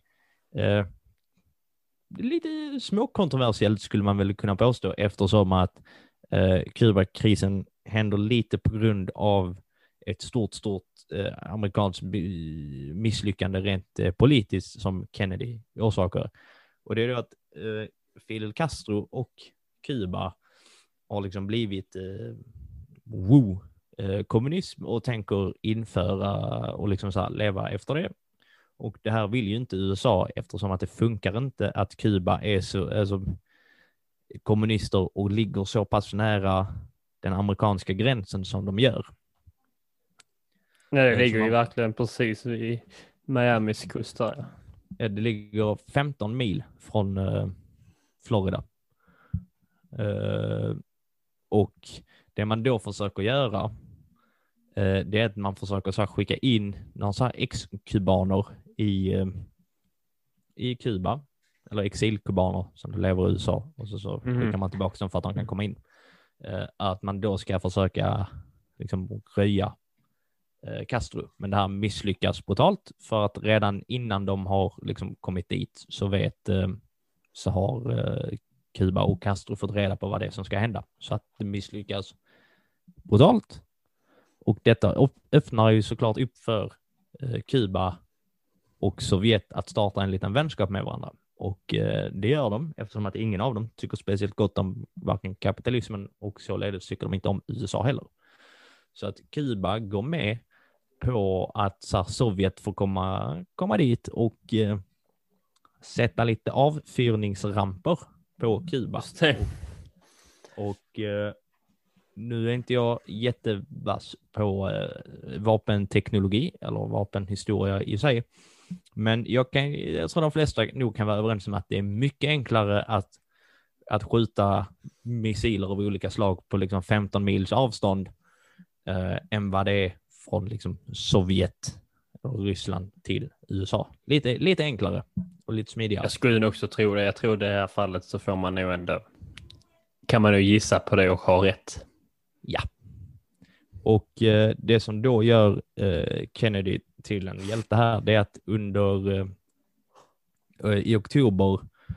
lite småkontroversiellt, skulle man väl kunna påstå, eftersom att Kubakrisen händer lite på grund av ett stort amerikanskt misslyckande rent politiskt som Kennedy orsakar. Och det är då att Fidel Castro och Kuba har liksom blivit kommunism och tänker införa och liksom så här leva efter det. Och det här vill ju inte USA, eftersom att det funkar inte att Kuba är så kommunister och ligger så pass nära den amerikanska gränsen som de gör. Nej, det ligger ju verkligen precis vid Miamis kust där. Ja, det ligger 15 mil från Florida. Och det man då försöker göra det är att man försöker så här skicka in några så här ex-kubaner i Kuba, eller exilkubaner som lever i USA, och så skickar man tillbaka dem för att de kan komma in. Att man då ska försöka liksom röja Castro, men det här misslyckas brutalt, för att redan innan de har liksom kommit dit så har Kuba och Castro fått reda på vad det är som ska hända, så att det misslyckas brutalt. Och detta öppnar ju såklart upp för Kuba och Sovjet att starta en liten vänskap med varandra. Och det gör de, eftersom att ingen av dem tycker speciellt gott om varken kapitalismen, och således tycker de inte om USA heller. Så att Kuba går med på att Sovjet får komma dit och sätta lite avfyrningsramper på Kuba. Och nu är inte jag jättevass på vapenteknologi eller vapenhistoria i sig. Men jag tror de flesta nog kan vara överens om att det är mycket enklare att skjuta missiler av olika slag på liksom 15 mils avstånd än vad det är från liksom Sovjet och Ryssland till USA. Lite enklare och lite smidigare. Jag skulle också tro det. Jag tror det här fallet så får man nog ändå, kan man nog gissa på det och ha rätt. Ja. Och det som då gör Kennedy till en hjälte här, det är att i oktober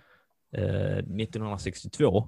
1962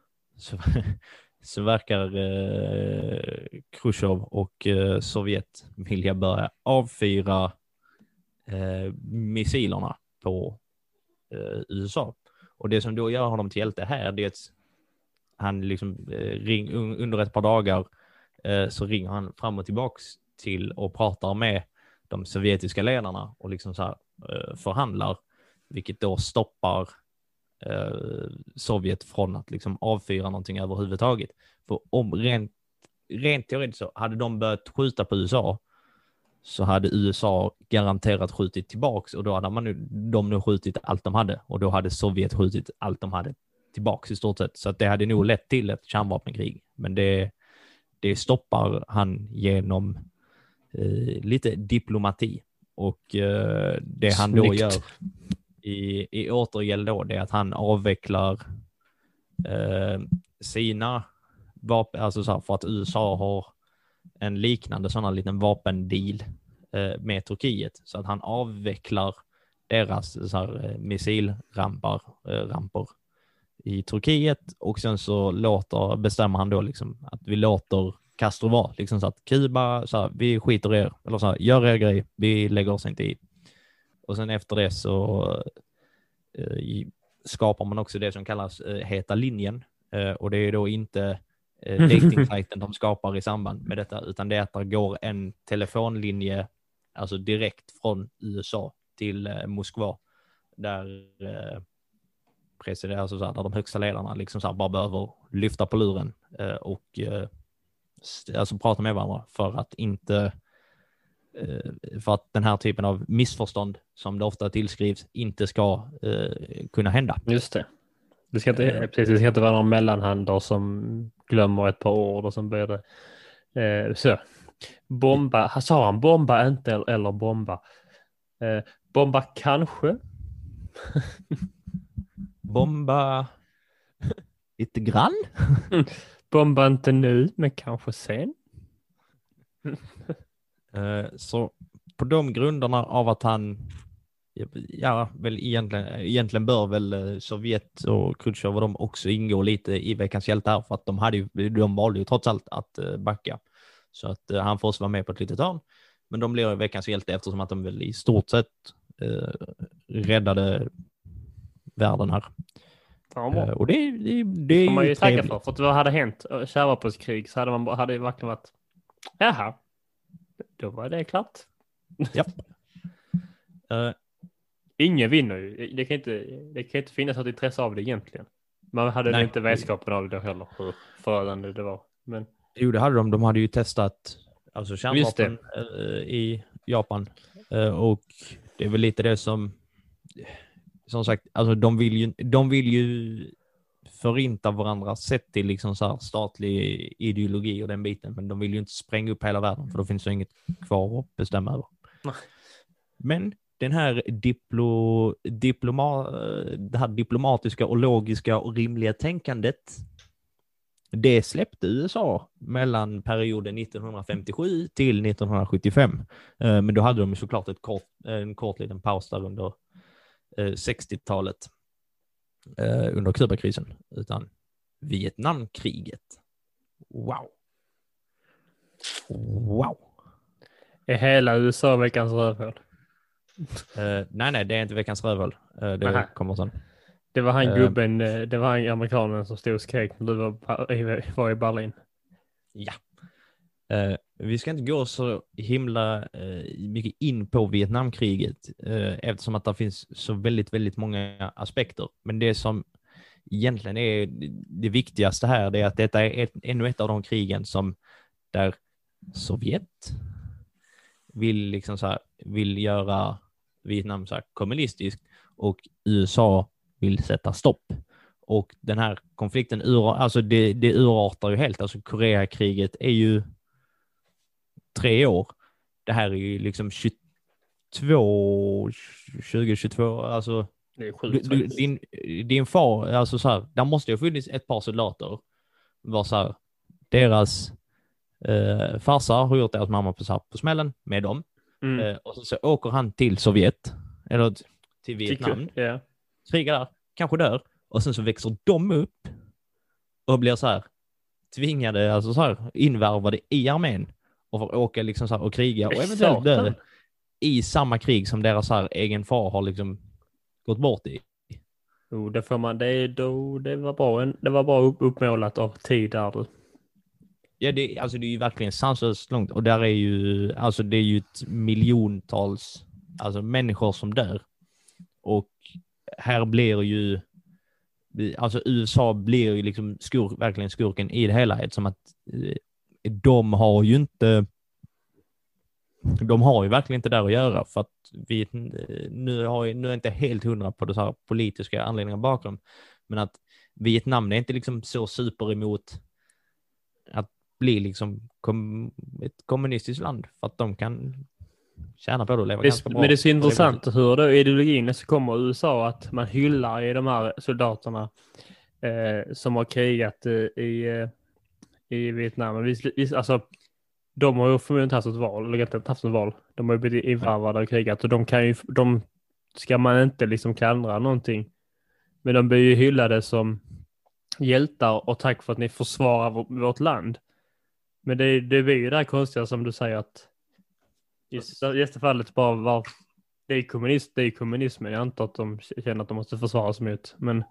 så verkar Khrushchev och Sovjet vilja börja avfyra missilerna på USA. Och det som då gör honom till hjälte här, det är att han liksom under ett par dagar så ringer han fram och tillbaks till och pratar med de sovjetiska ledarna och liksom så här förhandlar, vilket då stoppar Sovjet från att liksom avfyra någonting överhuvudtaget. För om rent teoretiskt så hade de börjat skjuta på USA, så hade USA garanterat skjutit tillbaks, och då hade de nu skjutit allt de hade, och då hade Sovjet skjutit allt de hade tillbaks i stort sett. Så att det hade nog lett till ett kärnvapenkrig. Men det stoppar han genom lite diplomati. Och det han då gör i återgäld då, det är att han avvecklar sina vapen, alltså så här, för att USA har en liknande sån här liten vapendeal med Turkiet, så att han avvecklar deras så här, missilramper i Turkiet, och sen så bestämmer han då liksom att vi låter Castro vara, liksom så att Kuba, så här, vi skiter er, eller så här, gör er grej, vi lägger oss inte i. Och sen efter det så skapar man också det som kallas heta linjen, och det är då inte dating-sajten de skapar i samband med detta, utan det är att det går en telefonlinje alltså direkt från USA till Moskva, där president, alltså så här, där de högsta ledarna liksom så här bara behöver lyfta på luren och alltså prata med varandra, för att den här typen av missförstånd som det ofta tillskrivs inte ska kunna hända. Just det. Det ska inte vara någon mellanhänder som glömmer ett par ord och som börjar så. Bomba, sa han bomba inte eller bomba? Bomba kanske? Bomba lite grann? Bomba inte nu, men kanske sen. Så på de grunderna av att han väl egentligen bör väl Sovjet och Khrushchev och de också ingå lite i veckans hjälte här, för att de valde ju trots allt att backa, så att han får vara med på ett litet hörn, men de blir veckans hjälte eftersom att de väl i stort sett räddade världen här. Och det är man ju trevligt. tacka för att vad hade hänt kärnvapenkrig, så hade det verkligen varit jaha, då var det klart. Ja. Ingen vinner ju. Det kan inte finnas ett intresse av det egentligen. Man hade inte vetskapen av det heller, hur förödande det var. Men... Jo, det hade de. De hade ju testat alltså kärnvapen i Japan. Och det är väl lite det som sagt, alltså de vill ju förinta varandra sett till liksom så här statlig ideologi och den biten, men de vill ju inte spränga upp hela världen, för då finns det inget kvar att bestämma över. Men den här det här diplomatiska och logiska och rimliga tänkandet, det släppte USA mellan perioden 1957 till 1975. Men då hade de såklart en kort liten paus där under 60-talet under Kubakrisen, utan Vietnamkriget. Wow. Är hela USA veckans rövhål? Nej, det är inte veckans rövhål. Det kommer sen. Det var han gubben, det var han amerikanen som stod och skrek när du var i Berlin. Ja. Vi ska inte gå så himla mycket in på Vietnamkriget eftersom att det finns så väldigt, väldigt många aspekter. Men det som egentligen är det viktigaste här, det är att detta är ännu ett av de krigen där Sovjet vill göra Vietnam så här kommunistisk, och USA vill sätta stopp. Och den här konflikten det urartar ju helt. Alltså Koreakriget är ju 3 år. Det här är ju liksom 2022, alltså det är sjukt. Din far, alltså så här, där måste ju ha funnits ett par soldater var så här, deras farsa har gjort deras mamma på smällen med dem. Och så åker han till Sovjet, eller till Vietnam, krigar där, kanske dör, och sen så växer de upp och blir så här tvingade, alltså så här invärvade i armén och får åka liksom så här och kriga och eventuellt dö i samma krig som deras så här egen far har liksom gått bort i. Det får man, det var bra uppmålat av tid där du. Ja, det är ju verkligen sanslöst långt, och där är ju, alltså det är ju ett miljontals människor som dör, och här blir ju, alltså USA blir ju liksom verkligen skurken i det hela, eftersom att de har ju verkligen inte där att göra, för att vi nu är inte helt 100 på det så här politiska anledningar bakom, men att Vietnam är inte liksom så super emot att bli liksom ett kommunistiskt land, för att de kan tjäna på det och leva ganska bra. Men det är så intressant hur då ideologin så kommer USA att man hyllar i de här soldaterna som har krigat i Vietnam. Alltså, de har ju förmodligen inte haft ett val, eller inte haft ett val. De har ju blivit invärvade och krigat, och de ska man inte liksom klandra någonting. Men de blir ju hyllade som hjältar, och tack för att ni försvarar vårt land. Men det blir ju det här konstiga som du säger, att i detta fallet bara var det är kommunismen. Jag antar att de känner att de måste försvaras mot, men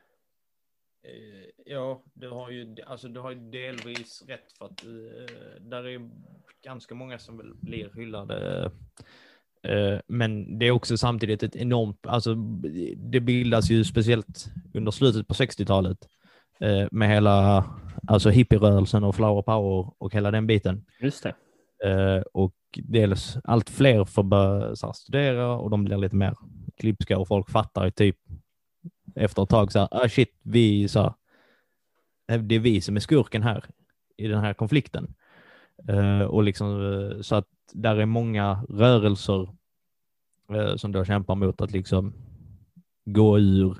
ja, du har ju delvis rätt, för att där är ganska många som blir hyllade, men det är också samtidigt ett enormt, alltså det bildas ju speciellt under slutet på 60-talet med hela hippierörelsen och flower power och hela den biten. Just det. Och dels allt fler får börja studera, och de blir lite mer klipska, och folk fattar ju typ efter ett tag så här, shit, det är vi som är skurken här i den här konflikten. Och liksom så att där är många rörelser som då kämpar mot att liksom gå ur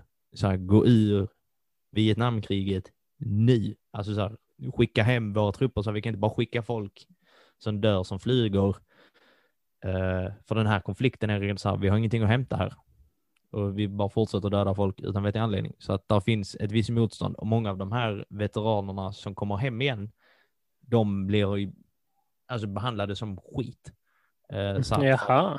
Vietnamkriget nu. Alltså så här, skicka hem våra trupper, så vi kan inte bara skicka folk som dör som flyger. För den här konflikten är redan så här, vi har ingenting att hämta här. Och vi bara fortsätter döda folk utan vettig anledning. Så att där finns ett visst motstånd. Och många av de här veteranerna som kommer hem igen, de blir ju behandlade som skit. Jaha.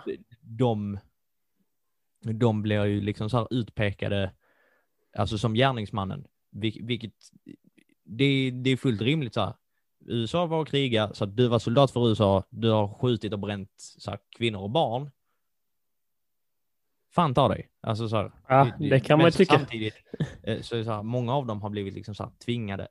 De blir ju liksom så här utpekade, alltså som gärningsmannen. Vilket det är fullt rimligt så här. USA var och kriga, så att du var soldat för USA, du har skjutit och bränt så här, kvinnor och barn. Fan ta dig. Alltså så här, ja, det kan man tycka. Samtidigt så är så här, många av dem har blivit liksom så här, tvingade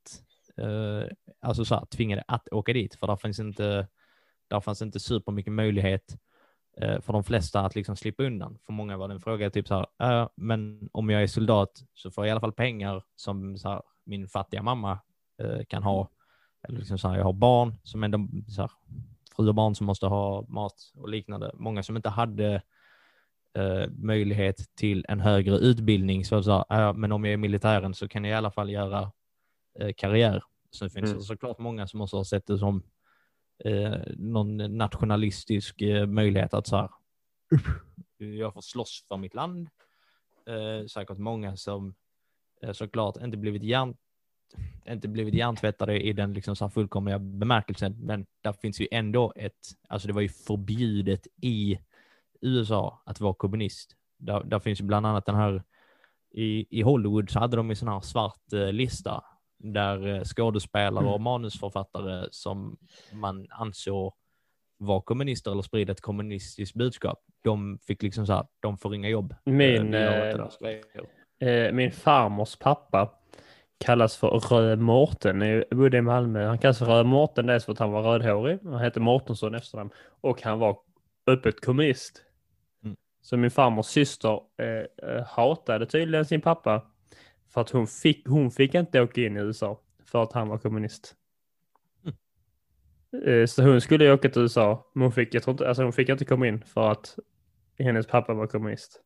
att åka dit, för där fanns inte super mycket möjlighet för de flesta att liksom slippa undan. För många var det en fråga typ så här, men om jag är soldat så får jag i alla fall pengar som så här, min fattiga mamma kan ha. Eller liksom så här, jag har barn som ändå så här, fru och barn som måste ha mat och liknande. Många som inte hade möjlighet till en högre utbildning, så men om jag är militären så kan jag i alla fall göra karriär. Så finns det såklart många som också har sett det som någon nationalistisk möjlighet att så här, jag får slåss för mitt land. Säkert många som såklart inte blivit hjärntvättade i den liksom så här fullkomliga bemärkelsen, men där finns ju ändå det var ju förbjudet i USA att vara kommunist. Där finns ju bland annat den här i Hollywood, så hade de en sån här svart lista där skådespelare och manusförfattare som man ansåg var kommunister eller spridde ett kommunistiskt budskap, de fick liksom så här, de får inga jobb. Min farmors pappa kallas för Röd Mårten. Jag bodde i Malmö. Han kallas för Röd Mårten dels för att han var rödhårig. Han hette Mårtensson efternamn. Och han var öppet kommunist. Så min farmors syster hatade tydligen sin pappa för att hon fick inte åka in i USA för att han var kommunist. Så hon skulle åka till USA, men hon fick inte komma in för att hennes pappa var kommunist.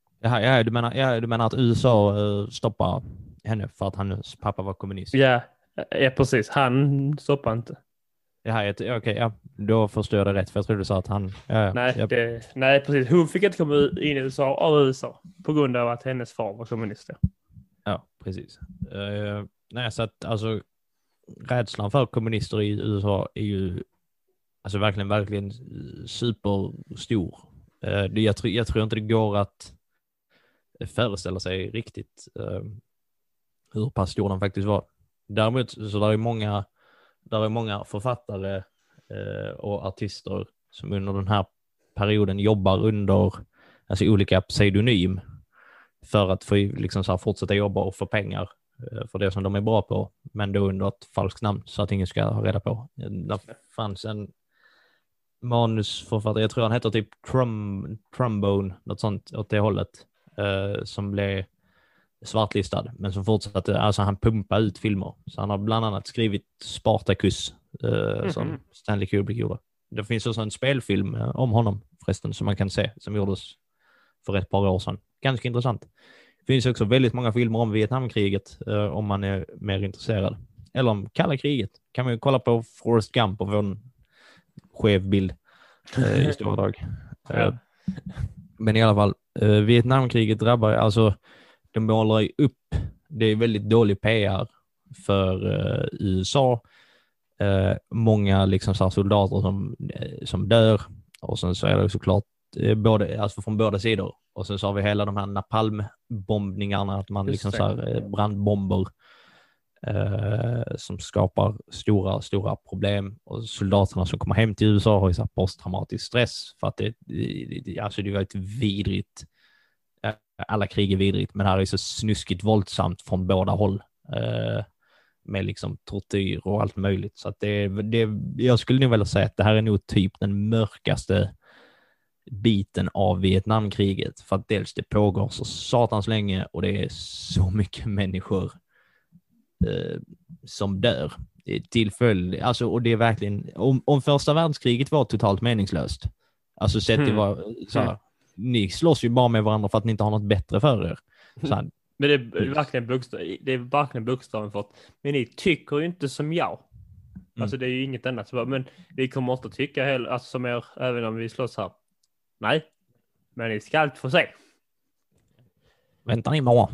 Du menar att USA stoppar henne för att hennes pappa var kommunist? Ja, Ja, precis. Han stoppar inte. Ja, okej, ja, då förstår jag det rätt, för jag trodde du sa att han... Nej, precis. Hon fick inte komma in i USA av USA på grund av att hennes far var kommunist. Ja, precis. Nej, så att alltså rädslan för kommunister i USA är ju alltså verkligen superstor. Jag tror inte det går att föreställa sig riktigt hur pass stor den faktiskt var. Däremot så där är många författare och artister som under den här perioden jobbar under alltså olika pseudonym för att få liksom så här fortsätta jobba och få pengar för det som de är bra på, men då under ett falskt namn så att ingen ska ha reda på. Det fanns en manusförfattare, jag tror han heter typ Trombone, något sånt åt det hållet, som blev svartlistad, men som fortsatte, alltså han pumpade ut filmer. Så han har bland annat skrivit Spartacus som Stanley Kubrick gjorde. Det finns också en spelfilm om honom förresten som man kan se, som gjordes för ett par år sedan. Ganska intressant. Det finns också väldigt många filmer om Vietnamkriget om man är mer intresserad. Eller om kalla kriget. Kan man ju kolla på Forrest Gump och få en skev bild i stora drag. Men i alla fall, Vietnamkriget drabbar, alltså de målar ju upp, det är väldigt dålig PR för USA. Många liksom så här soldater som dör, och sen så är det såklart alltså från båda sidor, och sen så har vi hela de här napalmbombningarna, att man liksom så här brandbomber som skapar stora problem, och soldaterna som kommer hem till USA har ju så här posttraumatisk stress för att alltså det var ett vidrigt, alla krig är vidrigt, men här är så snuskigt våldsamt från båda håll med liksom tortyr och allt möjligt, så att jag skulle nog vilja säga att det här är nog typ den mörkaste biten av Vietnamkriget, för att dels det pågår så satans länge och det är så mycket människor som dör till följd, alltså, och det är verkligen, om första världskriget var totalt meningslöst, alltså sett det var så här, ni slåss ju bara med varandra för att ni inte har något bättre för er. Så här, men det är verkligen bokstaven för att, men ni tycker ju inte som jag. Alltså det är ju inget annat, men vi kommer inte att tycka alltså, som er, även om vi slåss här. Nej, men ni ska allt få se. Vänta ni imorgon.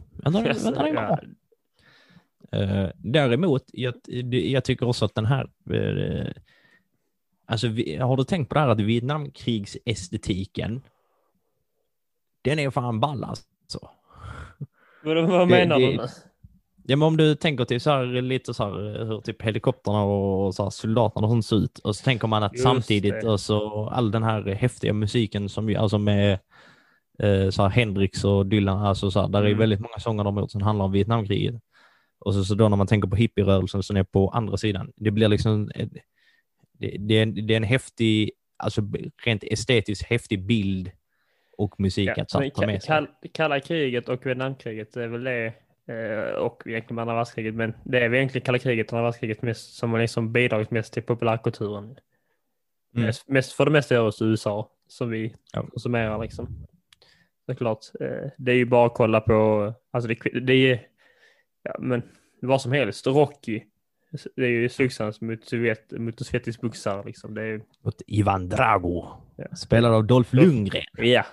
Däremot, jag tycker också att den här alltså, har du tänkt på det här att Vietnamkrigsestetiken, den är fan ball alltså. Vad menar du nu? Ja, men om du tänker till så här, lite så här, hur typ helikopterna och så här, soldaterna som ser ut, och så tänker man att samtidigt och så all den här häftiga musiken som alltså med så här Hendrix och Dylan, alltså så här, där är väldigt många sånger de har gjort som handlar om Vietnamkriget. Och så då när man tänker på hippierörelsen som är på andra sidan, det blir liksom det är en häftig, alltså rent estetiskt häftig bild och musik att ta med sig. Kalla kriget och Vietnamkriget är väl det, och egentligen andra världskriget, men det är väl egentligen kalla kriget och andra världskriget mest, som har liksom bidragit mest till populärkulturen. Mest för det mesta är det USA som vi konsumerar liksom. Såklart. Det är ju bara att kolla på, alltså det är men vad som helst. Rocky, det är ju slutsans mot sovjetisk boxare liksom. Det är mot Ivan Drago, spelad av Dolph Lundgren. Ja.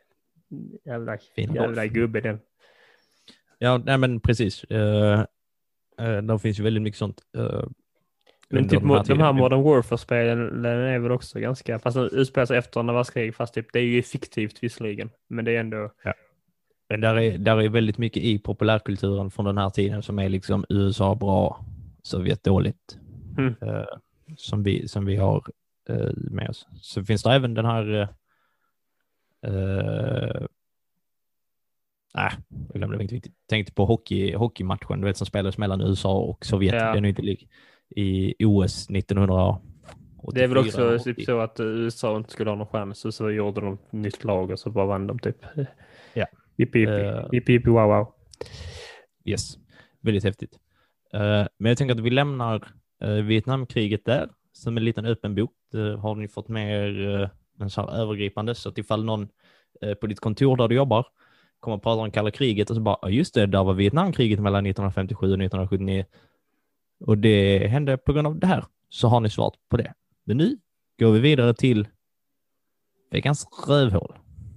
Jävla gubbe den. Ja, nej men precis. Det finns ju väldigt mycket sånt. Men typ de här Modern Warfare-spelen är väl också ganska, fast de utspelar sig efter andra världskriget, fast typ det är ju fiktivt visserligen, men det är ändå. Ja. Men där är väldigt mycket i populärkulturen från den här tiden som är liksom USA bra, Sovjet dåligt. Som vi har med oss. Så finns det även den här jag glömde inte. Tänkte på hockeymatchen, du vet, som spelades mellan USA och Sovjet. Den är inte lik i OS 1984. Det är väl också typ så att USA inte skulle ha någon chans, och så gjorde de ett nytt lag och så bara vann de typ. Ja. Hipp, wow. Yes, väldigt häftigt. Men jag tänker att vi lämnar Vietnamkriget där som en liten öppen bok. Har ni fått med er en så här övergripande, så att ifall någon på ditt kontor där du jobbar kommer att prata om kalla kriget och så bara, just det, där var Vietnamkriget mellan 1957 och 1979. Och det hände på grund av det här. Så har ni svaret på det. Men nu går vi vidare till veckans rövhål.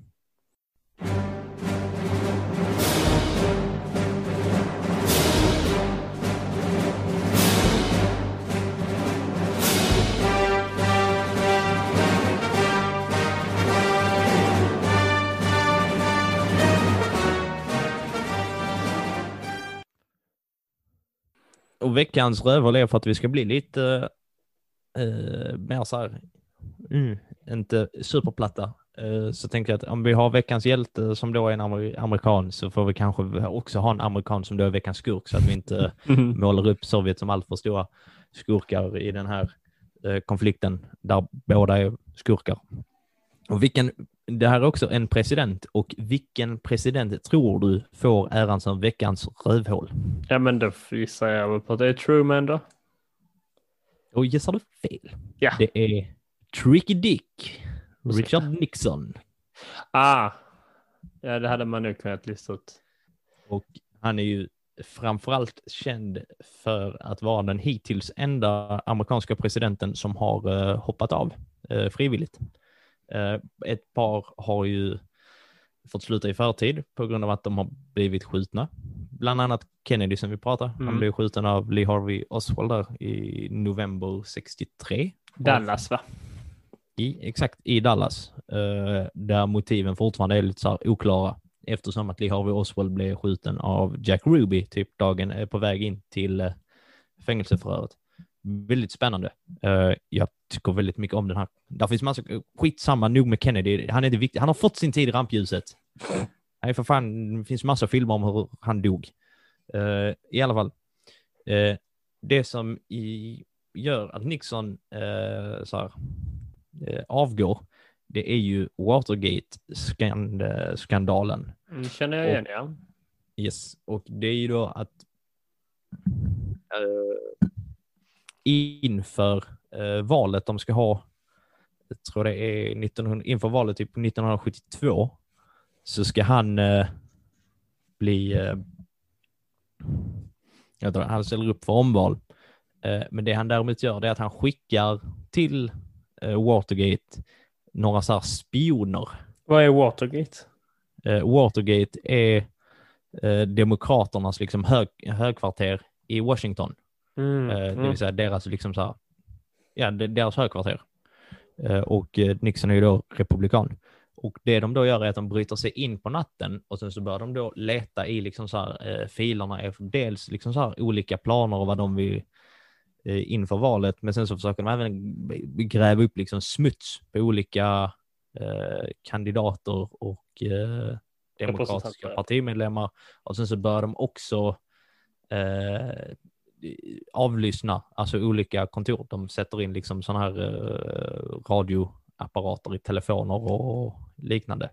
Och veckans rövhål är för att vi ska bli lite mer så här, inte superplatta. Så tänker jag att om vi har veckans hjälte som då är en amerikan, så får vi kanske också ha en amerikan som då är veckans skurk, så att vi inte målar upp Sovjet som allt för stora skurkar i den här konflikten där båda är skurkar. Och det här är också en president, och vilken president tror du får äran som veckans rövhål? Ja, men då gissar jag på att det är Truman då. Och gissar du fel? Ja. Det är Tricky Dick, Richard Nixon. Ja, det hade man nog kunnat lista ut. Och han är ju framförallt känd för att vara den hittills enda amerikanska presidenten som har hoppat av frivilligt. Ett par har ju fått sluta i förtid på grund av att de har blivit skjutna. Bland annat Kennedy som vi pratar. Han blev skjuten av Lee Harvey Oswald där i november 63. Dallas, va? Exakt, i Dallas. Där motiven fortfarande är lite så här oklara. Eftersom att Lee Harvey Oswald blev skjuten av Jack Ruby typ dagen på väg in till fängelseförhöret. Väldigt spännande. Jag tycker väldigt mycket om den här. Där finns massa skitsamma nog med Kennedy. Han är inte viktig. Han har fått sin tid i rampljuset. Nej, för fan, det finns massa filmer om hur han dog. I alla fall. Det som gör att Nixon avgår, det är ju Watergate-skandalen. Känner jag igen, ja. Yes, och det är ju då att inför valet de ska ha, jag tror det är inför valet typ 1972, så ska han han ställer upp för omval. Men det han däremot gör, det är att han skickar till Watergate några så här spioner. Vad är Watergate? Watergate är demokraternas liksom högkvarter i Washington. Det vill säga deras liksom så här, deras högkvarter. Och Nixon är ju då republikan. Och det de då gör är att de bryter sig in på natten, och sen så börjar de då leta i liksom så här, filerna efter dels liksom så här olika planer och vad de vill inför valet, men sen så försöker de även gräva upp liksom smuts på olika kandidater och demokratiska partimedlemmar, och sen så börjar de också avlyssna alltså olika kontor. De sätter in liksom såna här radioapparater i telefoner och liknande.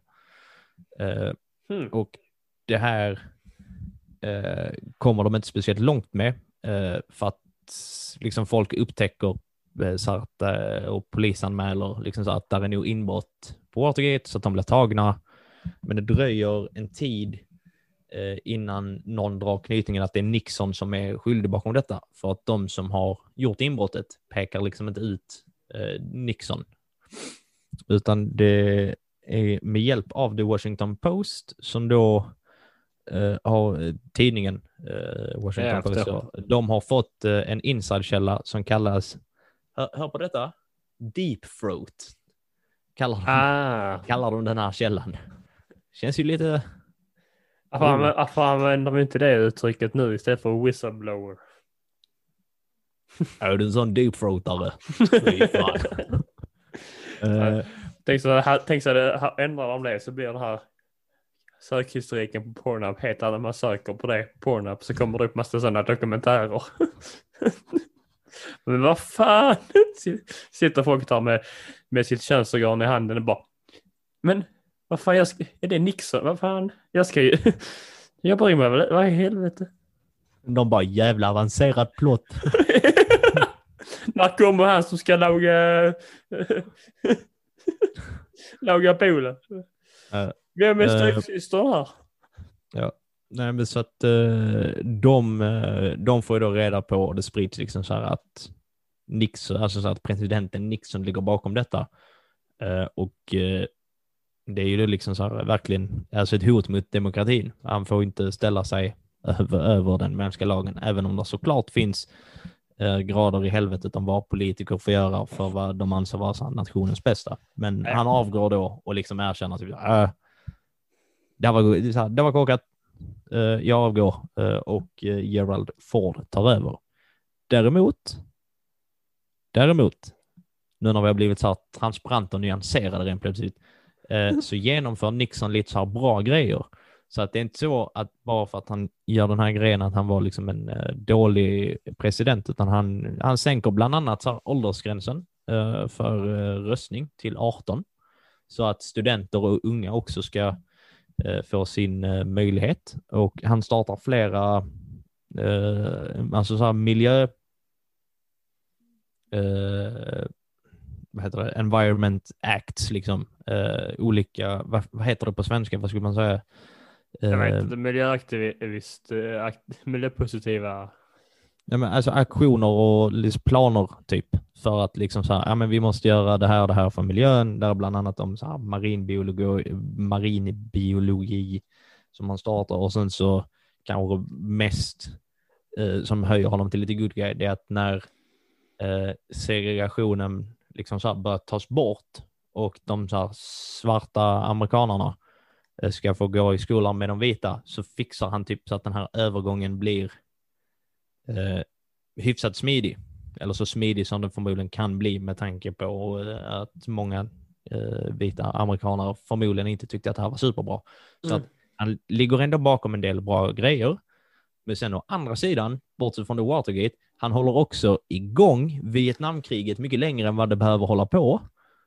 Och det här kommer de inte speciellt långt med, för att liksom folk upptäcker så att, och polisanmäler liksom så att där är nog inbrott på Watergate, så att de blir tagna. Men det dröjer en tid innan någon drar knytningen att det är Nixon som är skyldig bakom detta, för att de som har gjort inbrottet pekar liksom inte ut Nixon, utan det är med hjälp av The Washington Post som då har tidningen Washington Post, de har fått en inside-källa som kallas, hör på detta, Deep Throat kallar de den här källan. Känns ju lite... Varför använder vi inte det uttrycket nu istället för whistleblower? Är du en sån deepthroatare? Tänk så det ändrar de det, så blir det här sökhistoriken på Pornhub heter när man söker på det Pornhub, så kommer det upp massa sådana dokumentärer. Men vad fan, sitter folk där med sitt könsorgan i handen och bara, men vad fan, är det Nixon? Vad fan, jag bryr mig väl, vad i helvete? De bara, jävla avancerad plott. När kommer han som ska laga poolen? Vem är stryksystern här? Ja. Nej, men så att de får ju då reda på, det sprids liksom så här att Nixon, alltså så att presidenten Nixon ligger bakom detta. Det är ju då liksom så här verkligen alltså ett hot mot demokratin. Han får inte ställa sig över den mänskliga lagen, även om det såklart finns grader i helvetet om vad politiker får göra för vad de anser vara nationens bästa. Men han avgår då och liksom erkänner typ, det var korkat. Jag avgår och Gerald Ford tar över. Däremot, nu när vi har blivit så här transparenta och nyanserade rent plötsligt, så genomför Nixon lite så här bra grejer. Så att det är inte så att bara för att han gör den här grejen att han var liksom en dålig president, utan han sänker bland annat så här åldersgränsen för röstning till 18. Så att studenter och unga också ska få sin möjlighet. Och han startar flera alltså så här miljö vad heter det? Environment Acts liksom. Olika, vad heter det på svenska? Vad skulle man säga? Jag vet inte, miljöaktivist, miljöpositiva. Ja, men alltså aktioner och liksom planer typ för att liksom så här, ja men vi måste göra det här och det här för miljön, där bland annat om så här marinbiologi som man startar, och sen så kanske mest som höjer honom till lite good guy, det är att när segregationen liksom så här börjar tas bort och de så här svarta amerikanerna ska få gå i skolan med de vita, så fixar han typ så att den här övergången blir hyfsat smidig, eller så smidig som den förmodligen kan bli med tanke på att många vita amerikaner förmodligen inte tyckte att det här var superbra. Så att han ligger ändå bakom en del bra grejer, men sen å andra sidan, bortsett från Watergate, han håller också igång Vietnamkriget mycket längre än vad det behöver hålla på.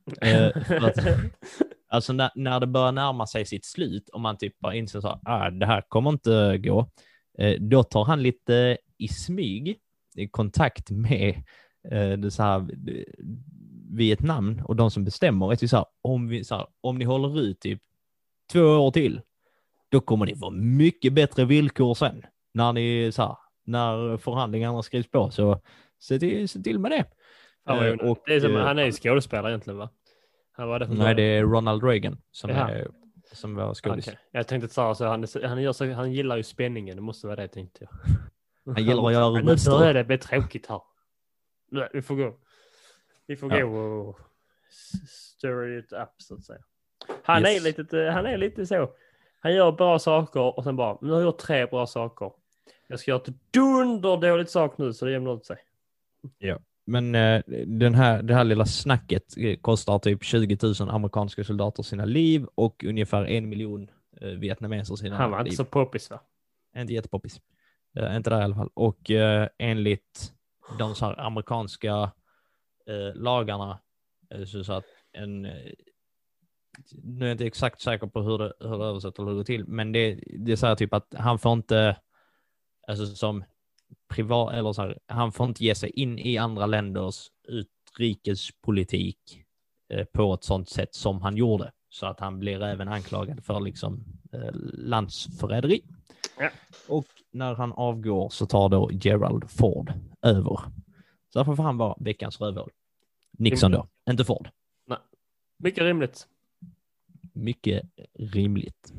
Alltså när det börjar närma sig sitt slut och man typ bara inser så det här kommer inte gå, då tar han lite i smyg i kontakt med det så här, Vietnam och de som bestämmer att om ni håller ut typ 2 år till, då kommer ni få mycket bättre villkor sen när förhandlingarna skrivs på, så se till med det. Och det är som, han är ju skådespelare egentligen, va? Nej, det är Ronald Reagan som var skådis. Okay. Jag tänkte att han gillar ju spänningen, det måste vara det, tänkte jag. Han gillar att göra röster. Nu börjar det bli tråkigt här. Vi får gå och stir it up, så att säga. Han är lite så. Han gör bra saker och sen bara, nu har jag gjort 3 bra saker. Jag ska göra ett dåligt sak nu, så det jämnar ut sig. Ja. Men det här lilla snacket kostar typ 20 000 amerikanska soldater sina liv och ungefär 1 miljon vietnameser sina liv. Han var inte så poppis, va? Inte jättepoppis. Inte där i alla fall. Och enligt de så här amerikanska lagarna så att nu är jag inte exakt säker på hur det översätter eller hur det går till, men det säger typ att han får inte, alltså som privat, eller så här, han får inte ge sig in i andra länders utrikespolitik på ett sånt sätt som han gjorde, så att han blir även anklagad för liksom landsförräderi. Ja. Och när han avgår så tar då Gerald Ford över. Så därför får han vara veckans rövhål. Nixon då, inte Ford. Nej. Mycket rimligt. Mycket rimligt.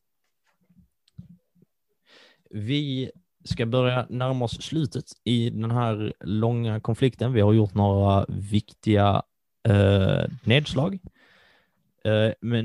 Vi ska börja närma oss slutet i den här långa konflikten. Vi har gjort några viktiga nedslag. Men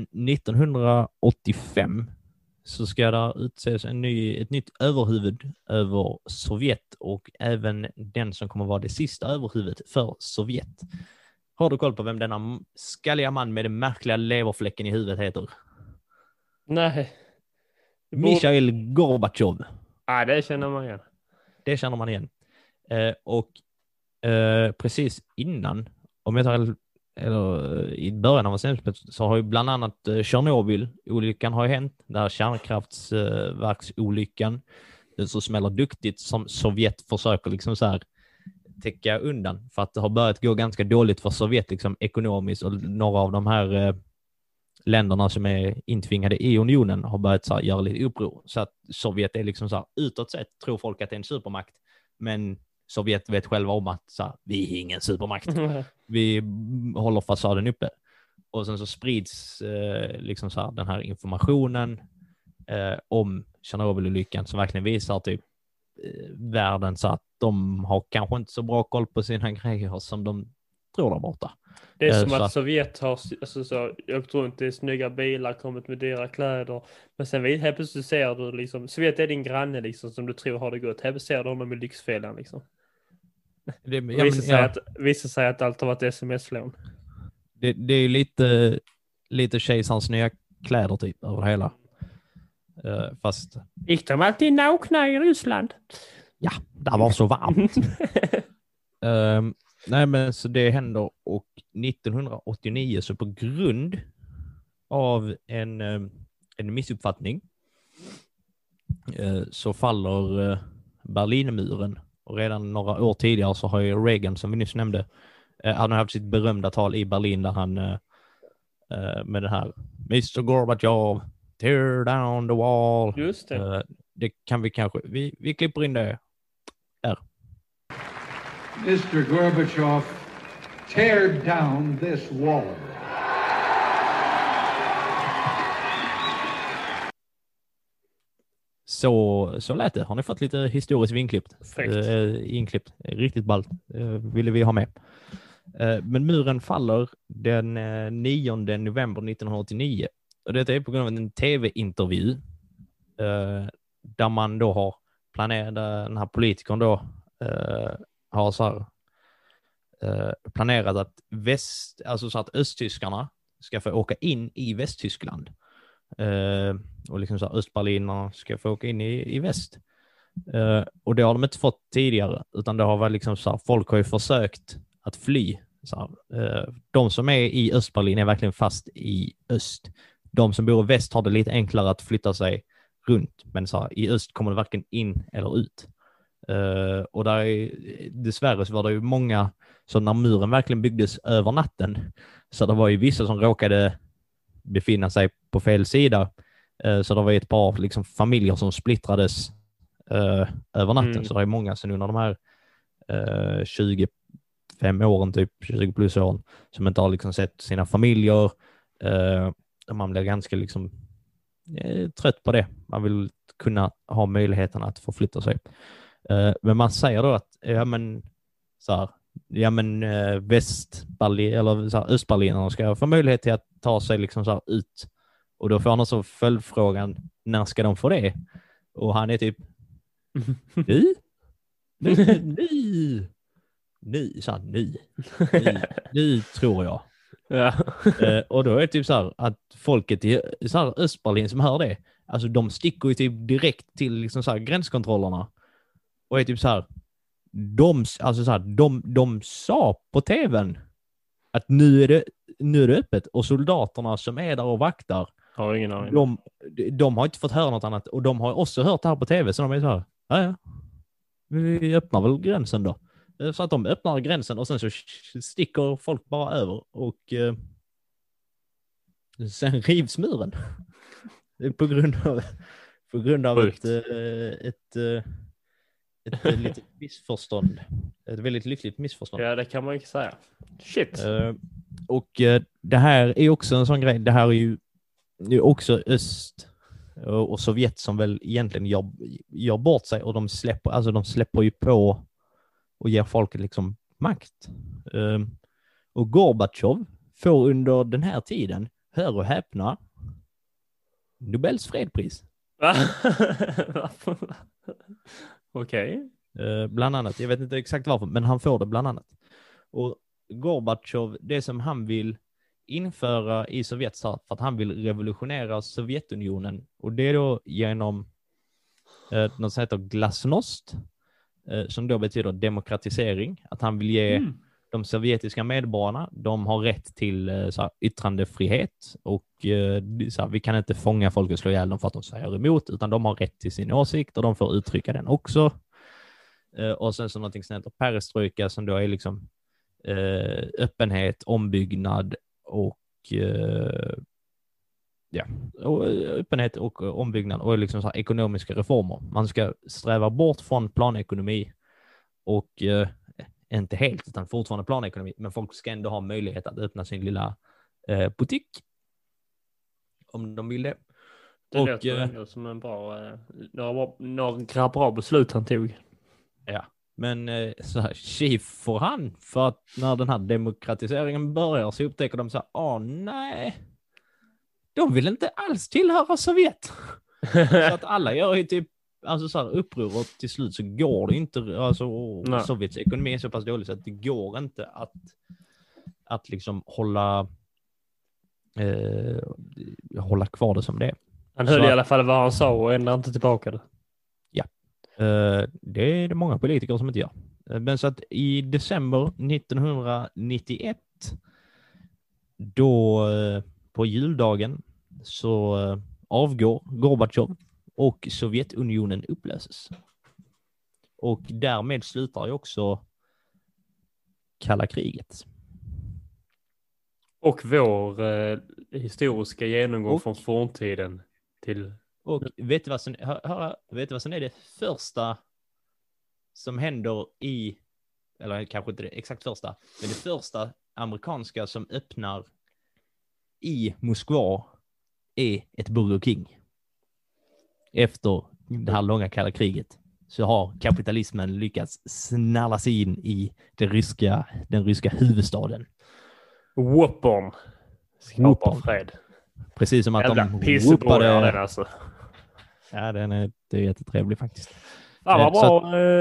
1985 så ska det utses ett nytt överhuvud över Sovjet, och även den som kommer vara det sista överhuvudet för Sovjet. Har du koll på vem denna skalliga man med den märkliga leverfläcken i huvudet heter? Nej. Mikhail Gorbachev. Det känner man igen. Det känner man igen. Precis innan, om jag tar eller i början av så har ju bland annat Tjernobyl-olyckan har ju hänt. Den här kärnkraftsverksolyckan så smäller duktigt som Sovjet försöker liksom så här täcka undan, för att det har börjat gå ganska dåligt för Sovjet liksom ekonomiskt, och några av de här länderna som är intvingade i unionen har börjat så här, göra lite uppror. Så att Sovjet är liksom så här, utåt sett tror folk att det är en supermakt. Men Sovjet vet själva om att så här, vi är ingen supermakt. Vi håller fasaden uppe. Och sen så sprids liksom så här, den här informationen om Tjernobylolyckan som verkligen visar typ världen så att de har kanske inte så bra koll på sina grejer som de tror där borta. Det är som att Sovjet har åkt runt i snygga bilar, kommit med dyra kläder. Men sen helt plötsligt ser du liksom, Sovjet är din granne liksom som du tror har det gott. Här ser du honom med lyxfällan liksom. Visar sig att allt har varit sms-lån. Det är ju lite kejsarens nya kläder typ över det hela. Fast... Gick de alltid nakna i Ryssland? Ja, det var så varmt. Nej, men så det händer och 1989 så på grund av en missuppfattning så faller Berlinmuren och redan några år tidigare så har ju Reagan, som vi nyss nämnde, han har haft sitt berömda tal i Berlin där han med det här Mr. Gorbachev, tear down the wall. Just det. Det kan vi kanske, vi klipper in det här. Mr. Gorbachev, tear down this wall. Så lät det. Har ni fått lite historiskt inklippt? Riktigt ballt. Ville vi ha med. Men muren faller den 9 november 1989. Och det är på grund av en tv-intervju där man då har planerat, den här politikern då har så här, planerat att alltså så att östtyskarna ska få åka in i Västtyskland. Och liksom så här, östberlinerna ska få åka in i väst. Och det har de inte fått tidigare, utan det har varit liksom så här, folk har ju försökt att fly. Så här, de som är i Östberlin är verkligen fast i öst. De som bor i väst har det lite enklare att flytta sig runt, men så här, i öst kommer det varken in eller ut. Och där är, dessvärre så var det ju många, så när muren verkligen byggdes över natten, så det var ju vissa som råkade befinna sig på fel sida. Så det var ett par liksom familjer som splittrades över natten. Så det är många som nu när de här 25 åren, typ 20 plus åren, som inte har liksom sett sina familjer. Man blir ganska liksom trött på det. Man vill kunna ha möjligheten att förflytta sig. Men man säger då att Västberlin eller så här, Östberlinerna ska få möjlighet till att ta sig liksom så här ut. Och då får han också följdfrågan, när ska de få det? Och han är typ nu tror jag. Ja. Och då är det typ så här att folket i så här Östberlin som hör det, alltså de sticker ju typ direkt till liksom så här gränskontrollerna. Och är typ så här, de sa på tvn att nu är det öppet, och soldaterna som är där och vaktar har ingen aning. De har inte fått höra något annat, och de har också hört det här på tv, så de är så här, ja, vi öppnar väl gränsen då. Så att de öppnar gränsen och sen så sticker folk bara över och sen rivs muren. på grund av ett litet missförstånd. Ett väldigt lyckligt missförstånd. Ja, det kan man inte säga. Shit. Och det här är också en sån grej. Det här är ju också öst och Sovjet som väl egentligen gör bort sig, och de släpper ju på och ger folket liksom makt. Och Gorbachev får under den här tiden, hör och häpna, Nobels fredspris. Okej. Bland annat. Jag vet inte exakt varför, men han får det bland annat. Och Gorbachev, det som han vill införa i Sovjet, för att han vill revolutionera Sovjetunionen, och det är då genom något som heter glasnost, som då betyder demokratisering, att han vill ge de sovjetiska medborgarna, de har rätt till så här, yttrandefrihet, och så här, vi kan inte fånga folk och slå ihjäl dem för att de säger emot, utan de har rätt till sin åsikt och de får uttrycka den också. Och sen så någonting som heter perestrojka, som då är liksom öppenhet, ombyggnad och Ja, och öppenhet och ombyggnad och liksom så här ekonomiska reformer. Man ska sträva bort från planekonomi och inte helt utan fortfarande planekonomi, men folk ska ändå ha möjlighet att öppna sin lilla butik om de vill det. Det låter ändå som en några bra beslut han tog. Ja, men så här, tji får han, för att när den här demokratiseringen börjar så upptäcker de så här, nej, de vill inte alls tillhöra Sovjet. Så att alla gör ju typ alltså så här uppror och till slut så går det inte, alltså Sovjets ekonomi är så pass dålig så att det går inte att liksom hålla kvar det som det är. Han höll i alla fall vad han sa och ändrade inte tillbaka det. Ja, det är det många politiker som inte gör. Men så att i december 1991 då på juldagen så avgår Gorbatjov och Sovjetunionen upplöses. Och därmed slutar ju också kalla kriget. Och vår historiska genomgång från forntiden till... Och vet du vad som är det första som händer i, eller kanske inte det exakt första, men det första amerikanska som öppnar i Moskva är ett Burger King. Efter det här långa kalla kriget så har kapitalismen lyckats snalla sig in i den ryska huvudstaden. Whoopon. Skapar fred. Precis som att jävla de whoopade... den alltså. Ja, det är jättetrevlig faktiskt. Ja, vad bra.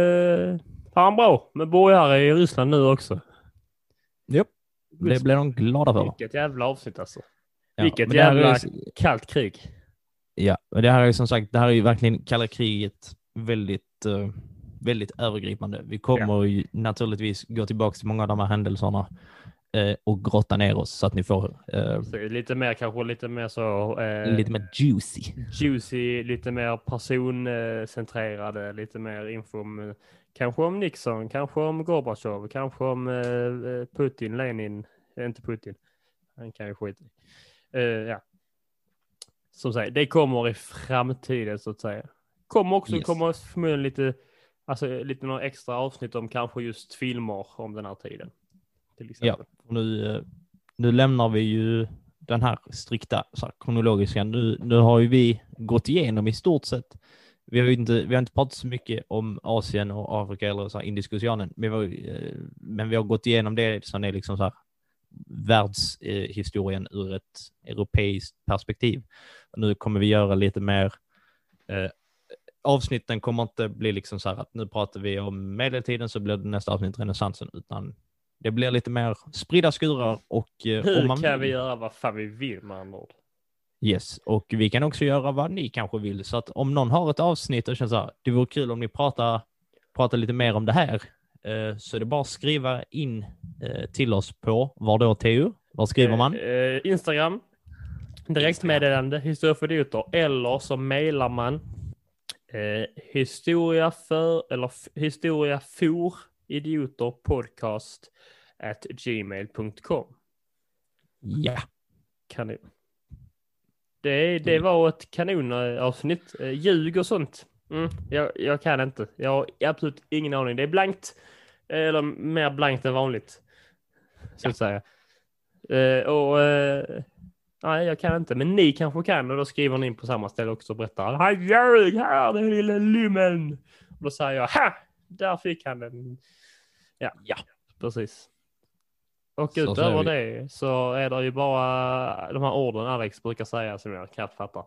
Fan bra med borgare i Ryssland nu också. Jo, det blir de glada för. Vilket jävla avsnitt alltså. Ja, vilket jävla kallt krig. Ja, och det här är som sagt, det här är ju verkligen kalla kriget väldigt, väldigt övergripande. Vi kommer ju naturligtvis gå tillbaka till många av de här händelserna och grotta ner oss så att ni får lite mer kanske lite mer så lite mer juicy, lite mer personcentrerade, lite mer info om, kanske om Nixon, kanske om Gorbatjov, kanske om Putin, Lenin, inte Putin. Han kan ju skita i. Ja. Som säger, det kommer i framtiden så att säga. Kommer förmodligen lite några extra avsnitt om kanske just filmer om den här tiden. Till exempel. Ja, och nu lämnar vi ju den här strikta så här, kronologiska. Nu har ju vi gått igenom i stort sett. Vi har inte pratat så mycket om Asien och Afrika eller så här Indiska oceanen. Men vi har gått igenom det som är liksom så här världshistorien ur ett europeiskt perspektiv. Och nu kommer vi göra lite mer avsnitten kommer inte bli liksom så här att nu pratar vi om medeltiden så blir det nästa avsnitt renässansen, utan det blir lite mer spridda skurar och hur kan vi göra vad fan vi vill med andra ord. Yes, och vi kan också göra vad ni kanske vill, så att om någon har ett avsnitt och känner så här, det vore kul om ni pratar lite mer om det här, så är det bara att skriva in till oss på var då TU? Var skriver man? Instagram. Direktmeddelande, historia för idioter, eller så mejlar man historiafor.idioterpodcast@gmail.com. Ja. Kanon. Det var ett kanonavsnitt. Ljug och sånt. Jag kan inte. Jag har absolut ingen aning. Det är blankt. Eller mer blankt än vanligt. Så att säga. Nej, jag kan inte. Men ni kanske kan. Och då skriver ni in på samma ställe också och berättar. Han ljög här, den lilla lymmen. Och då säger jag, där fick han den. Ja, precis. Och utöver det så är det ju bara de här orden Alex brukar säga som jag knappt fattar.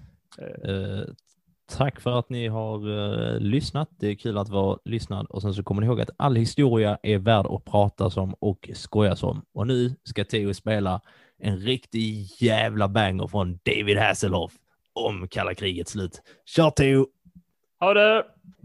Tack för att ni har lyssnat. Det är kul att vara lyssnad. Och sen så kommer ni ihåg att all historia är värd att prata om och skojas om. Och nu ska Theo spela en riktig jävla banger från David Hasselhoff om kalla krigets slut. Kör Theo! Ha det!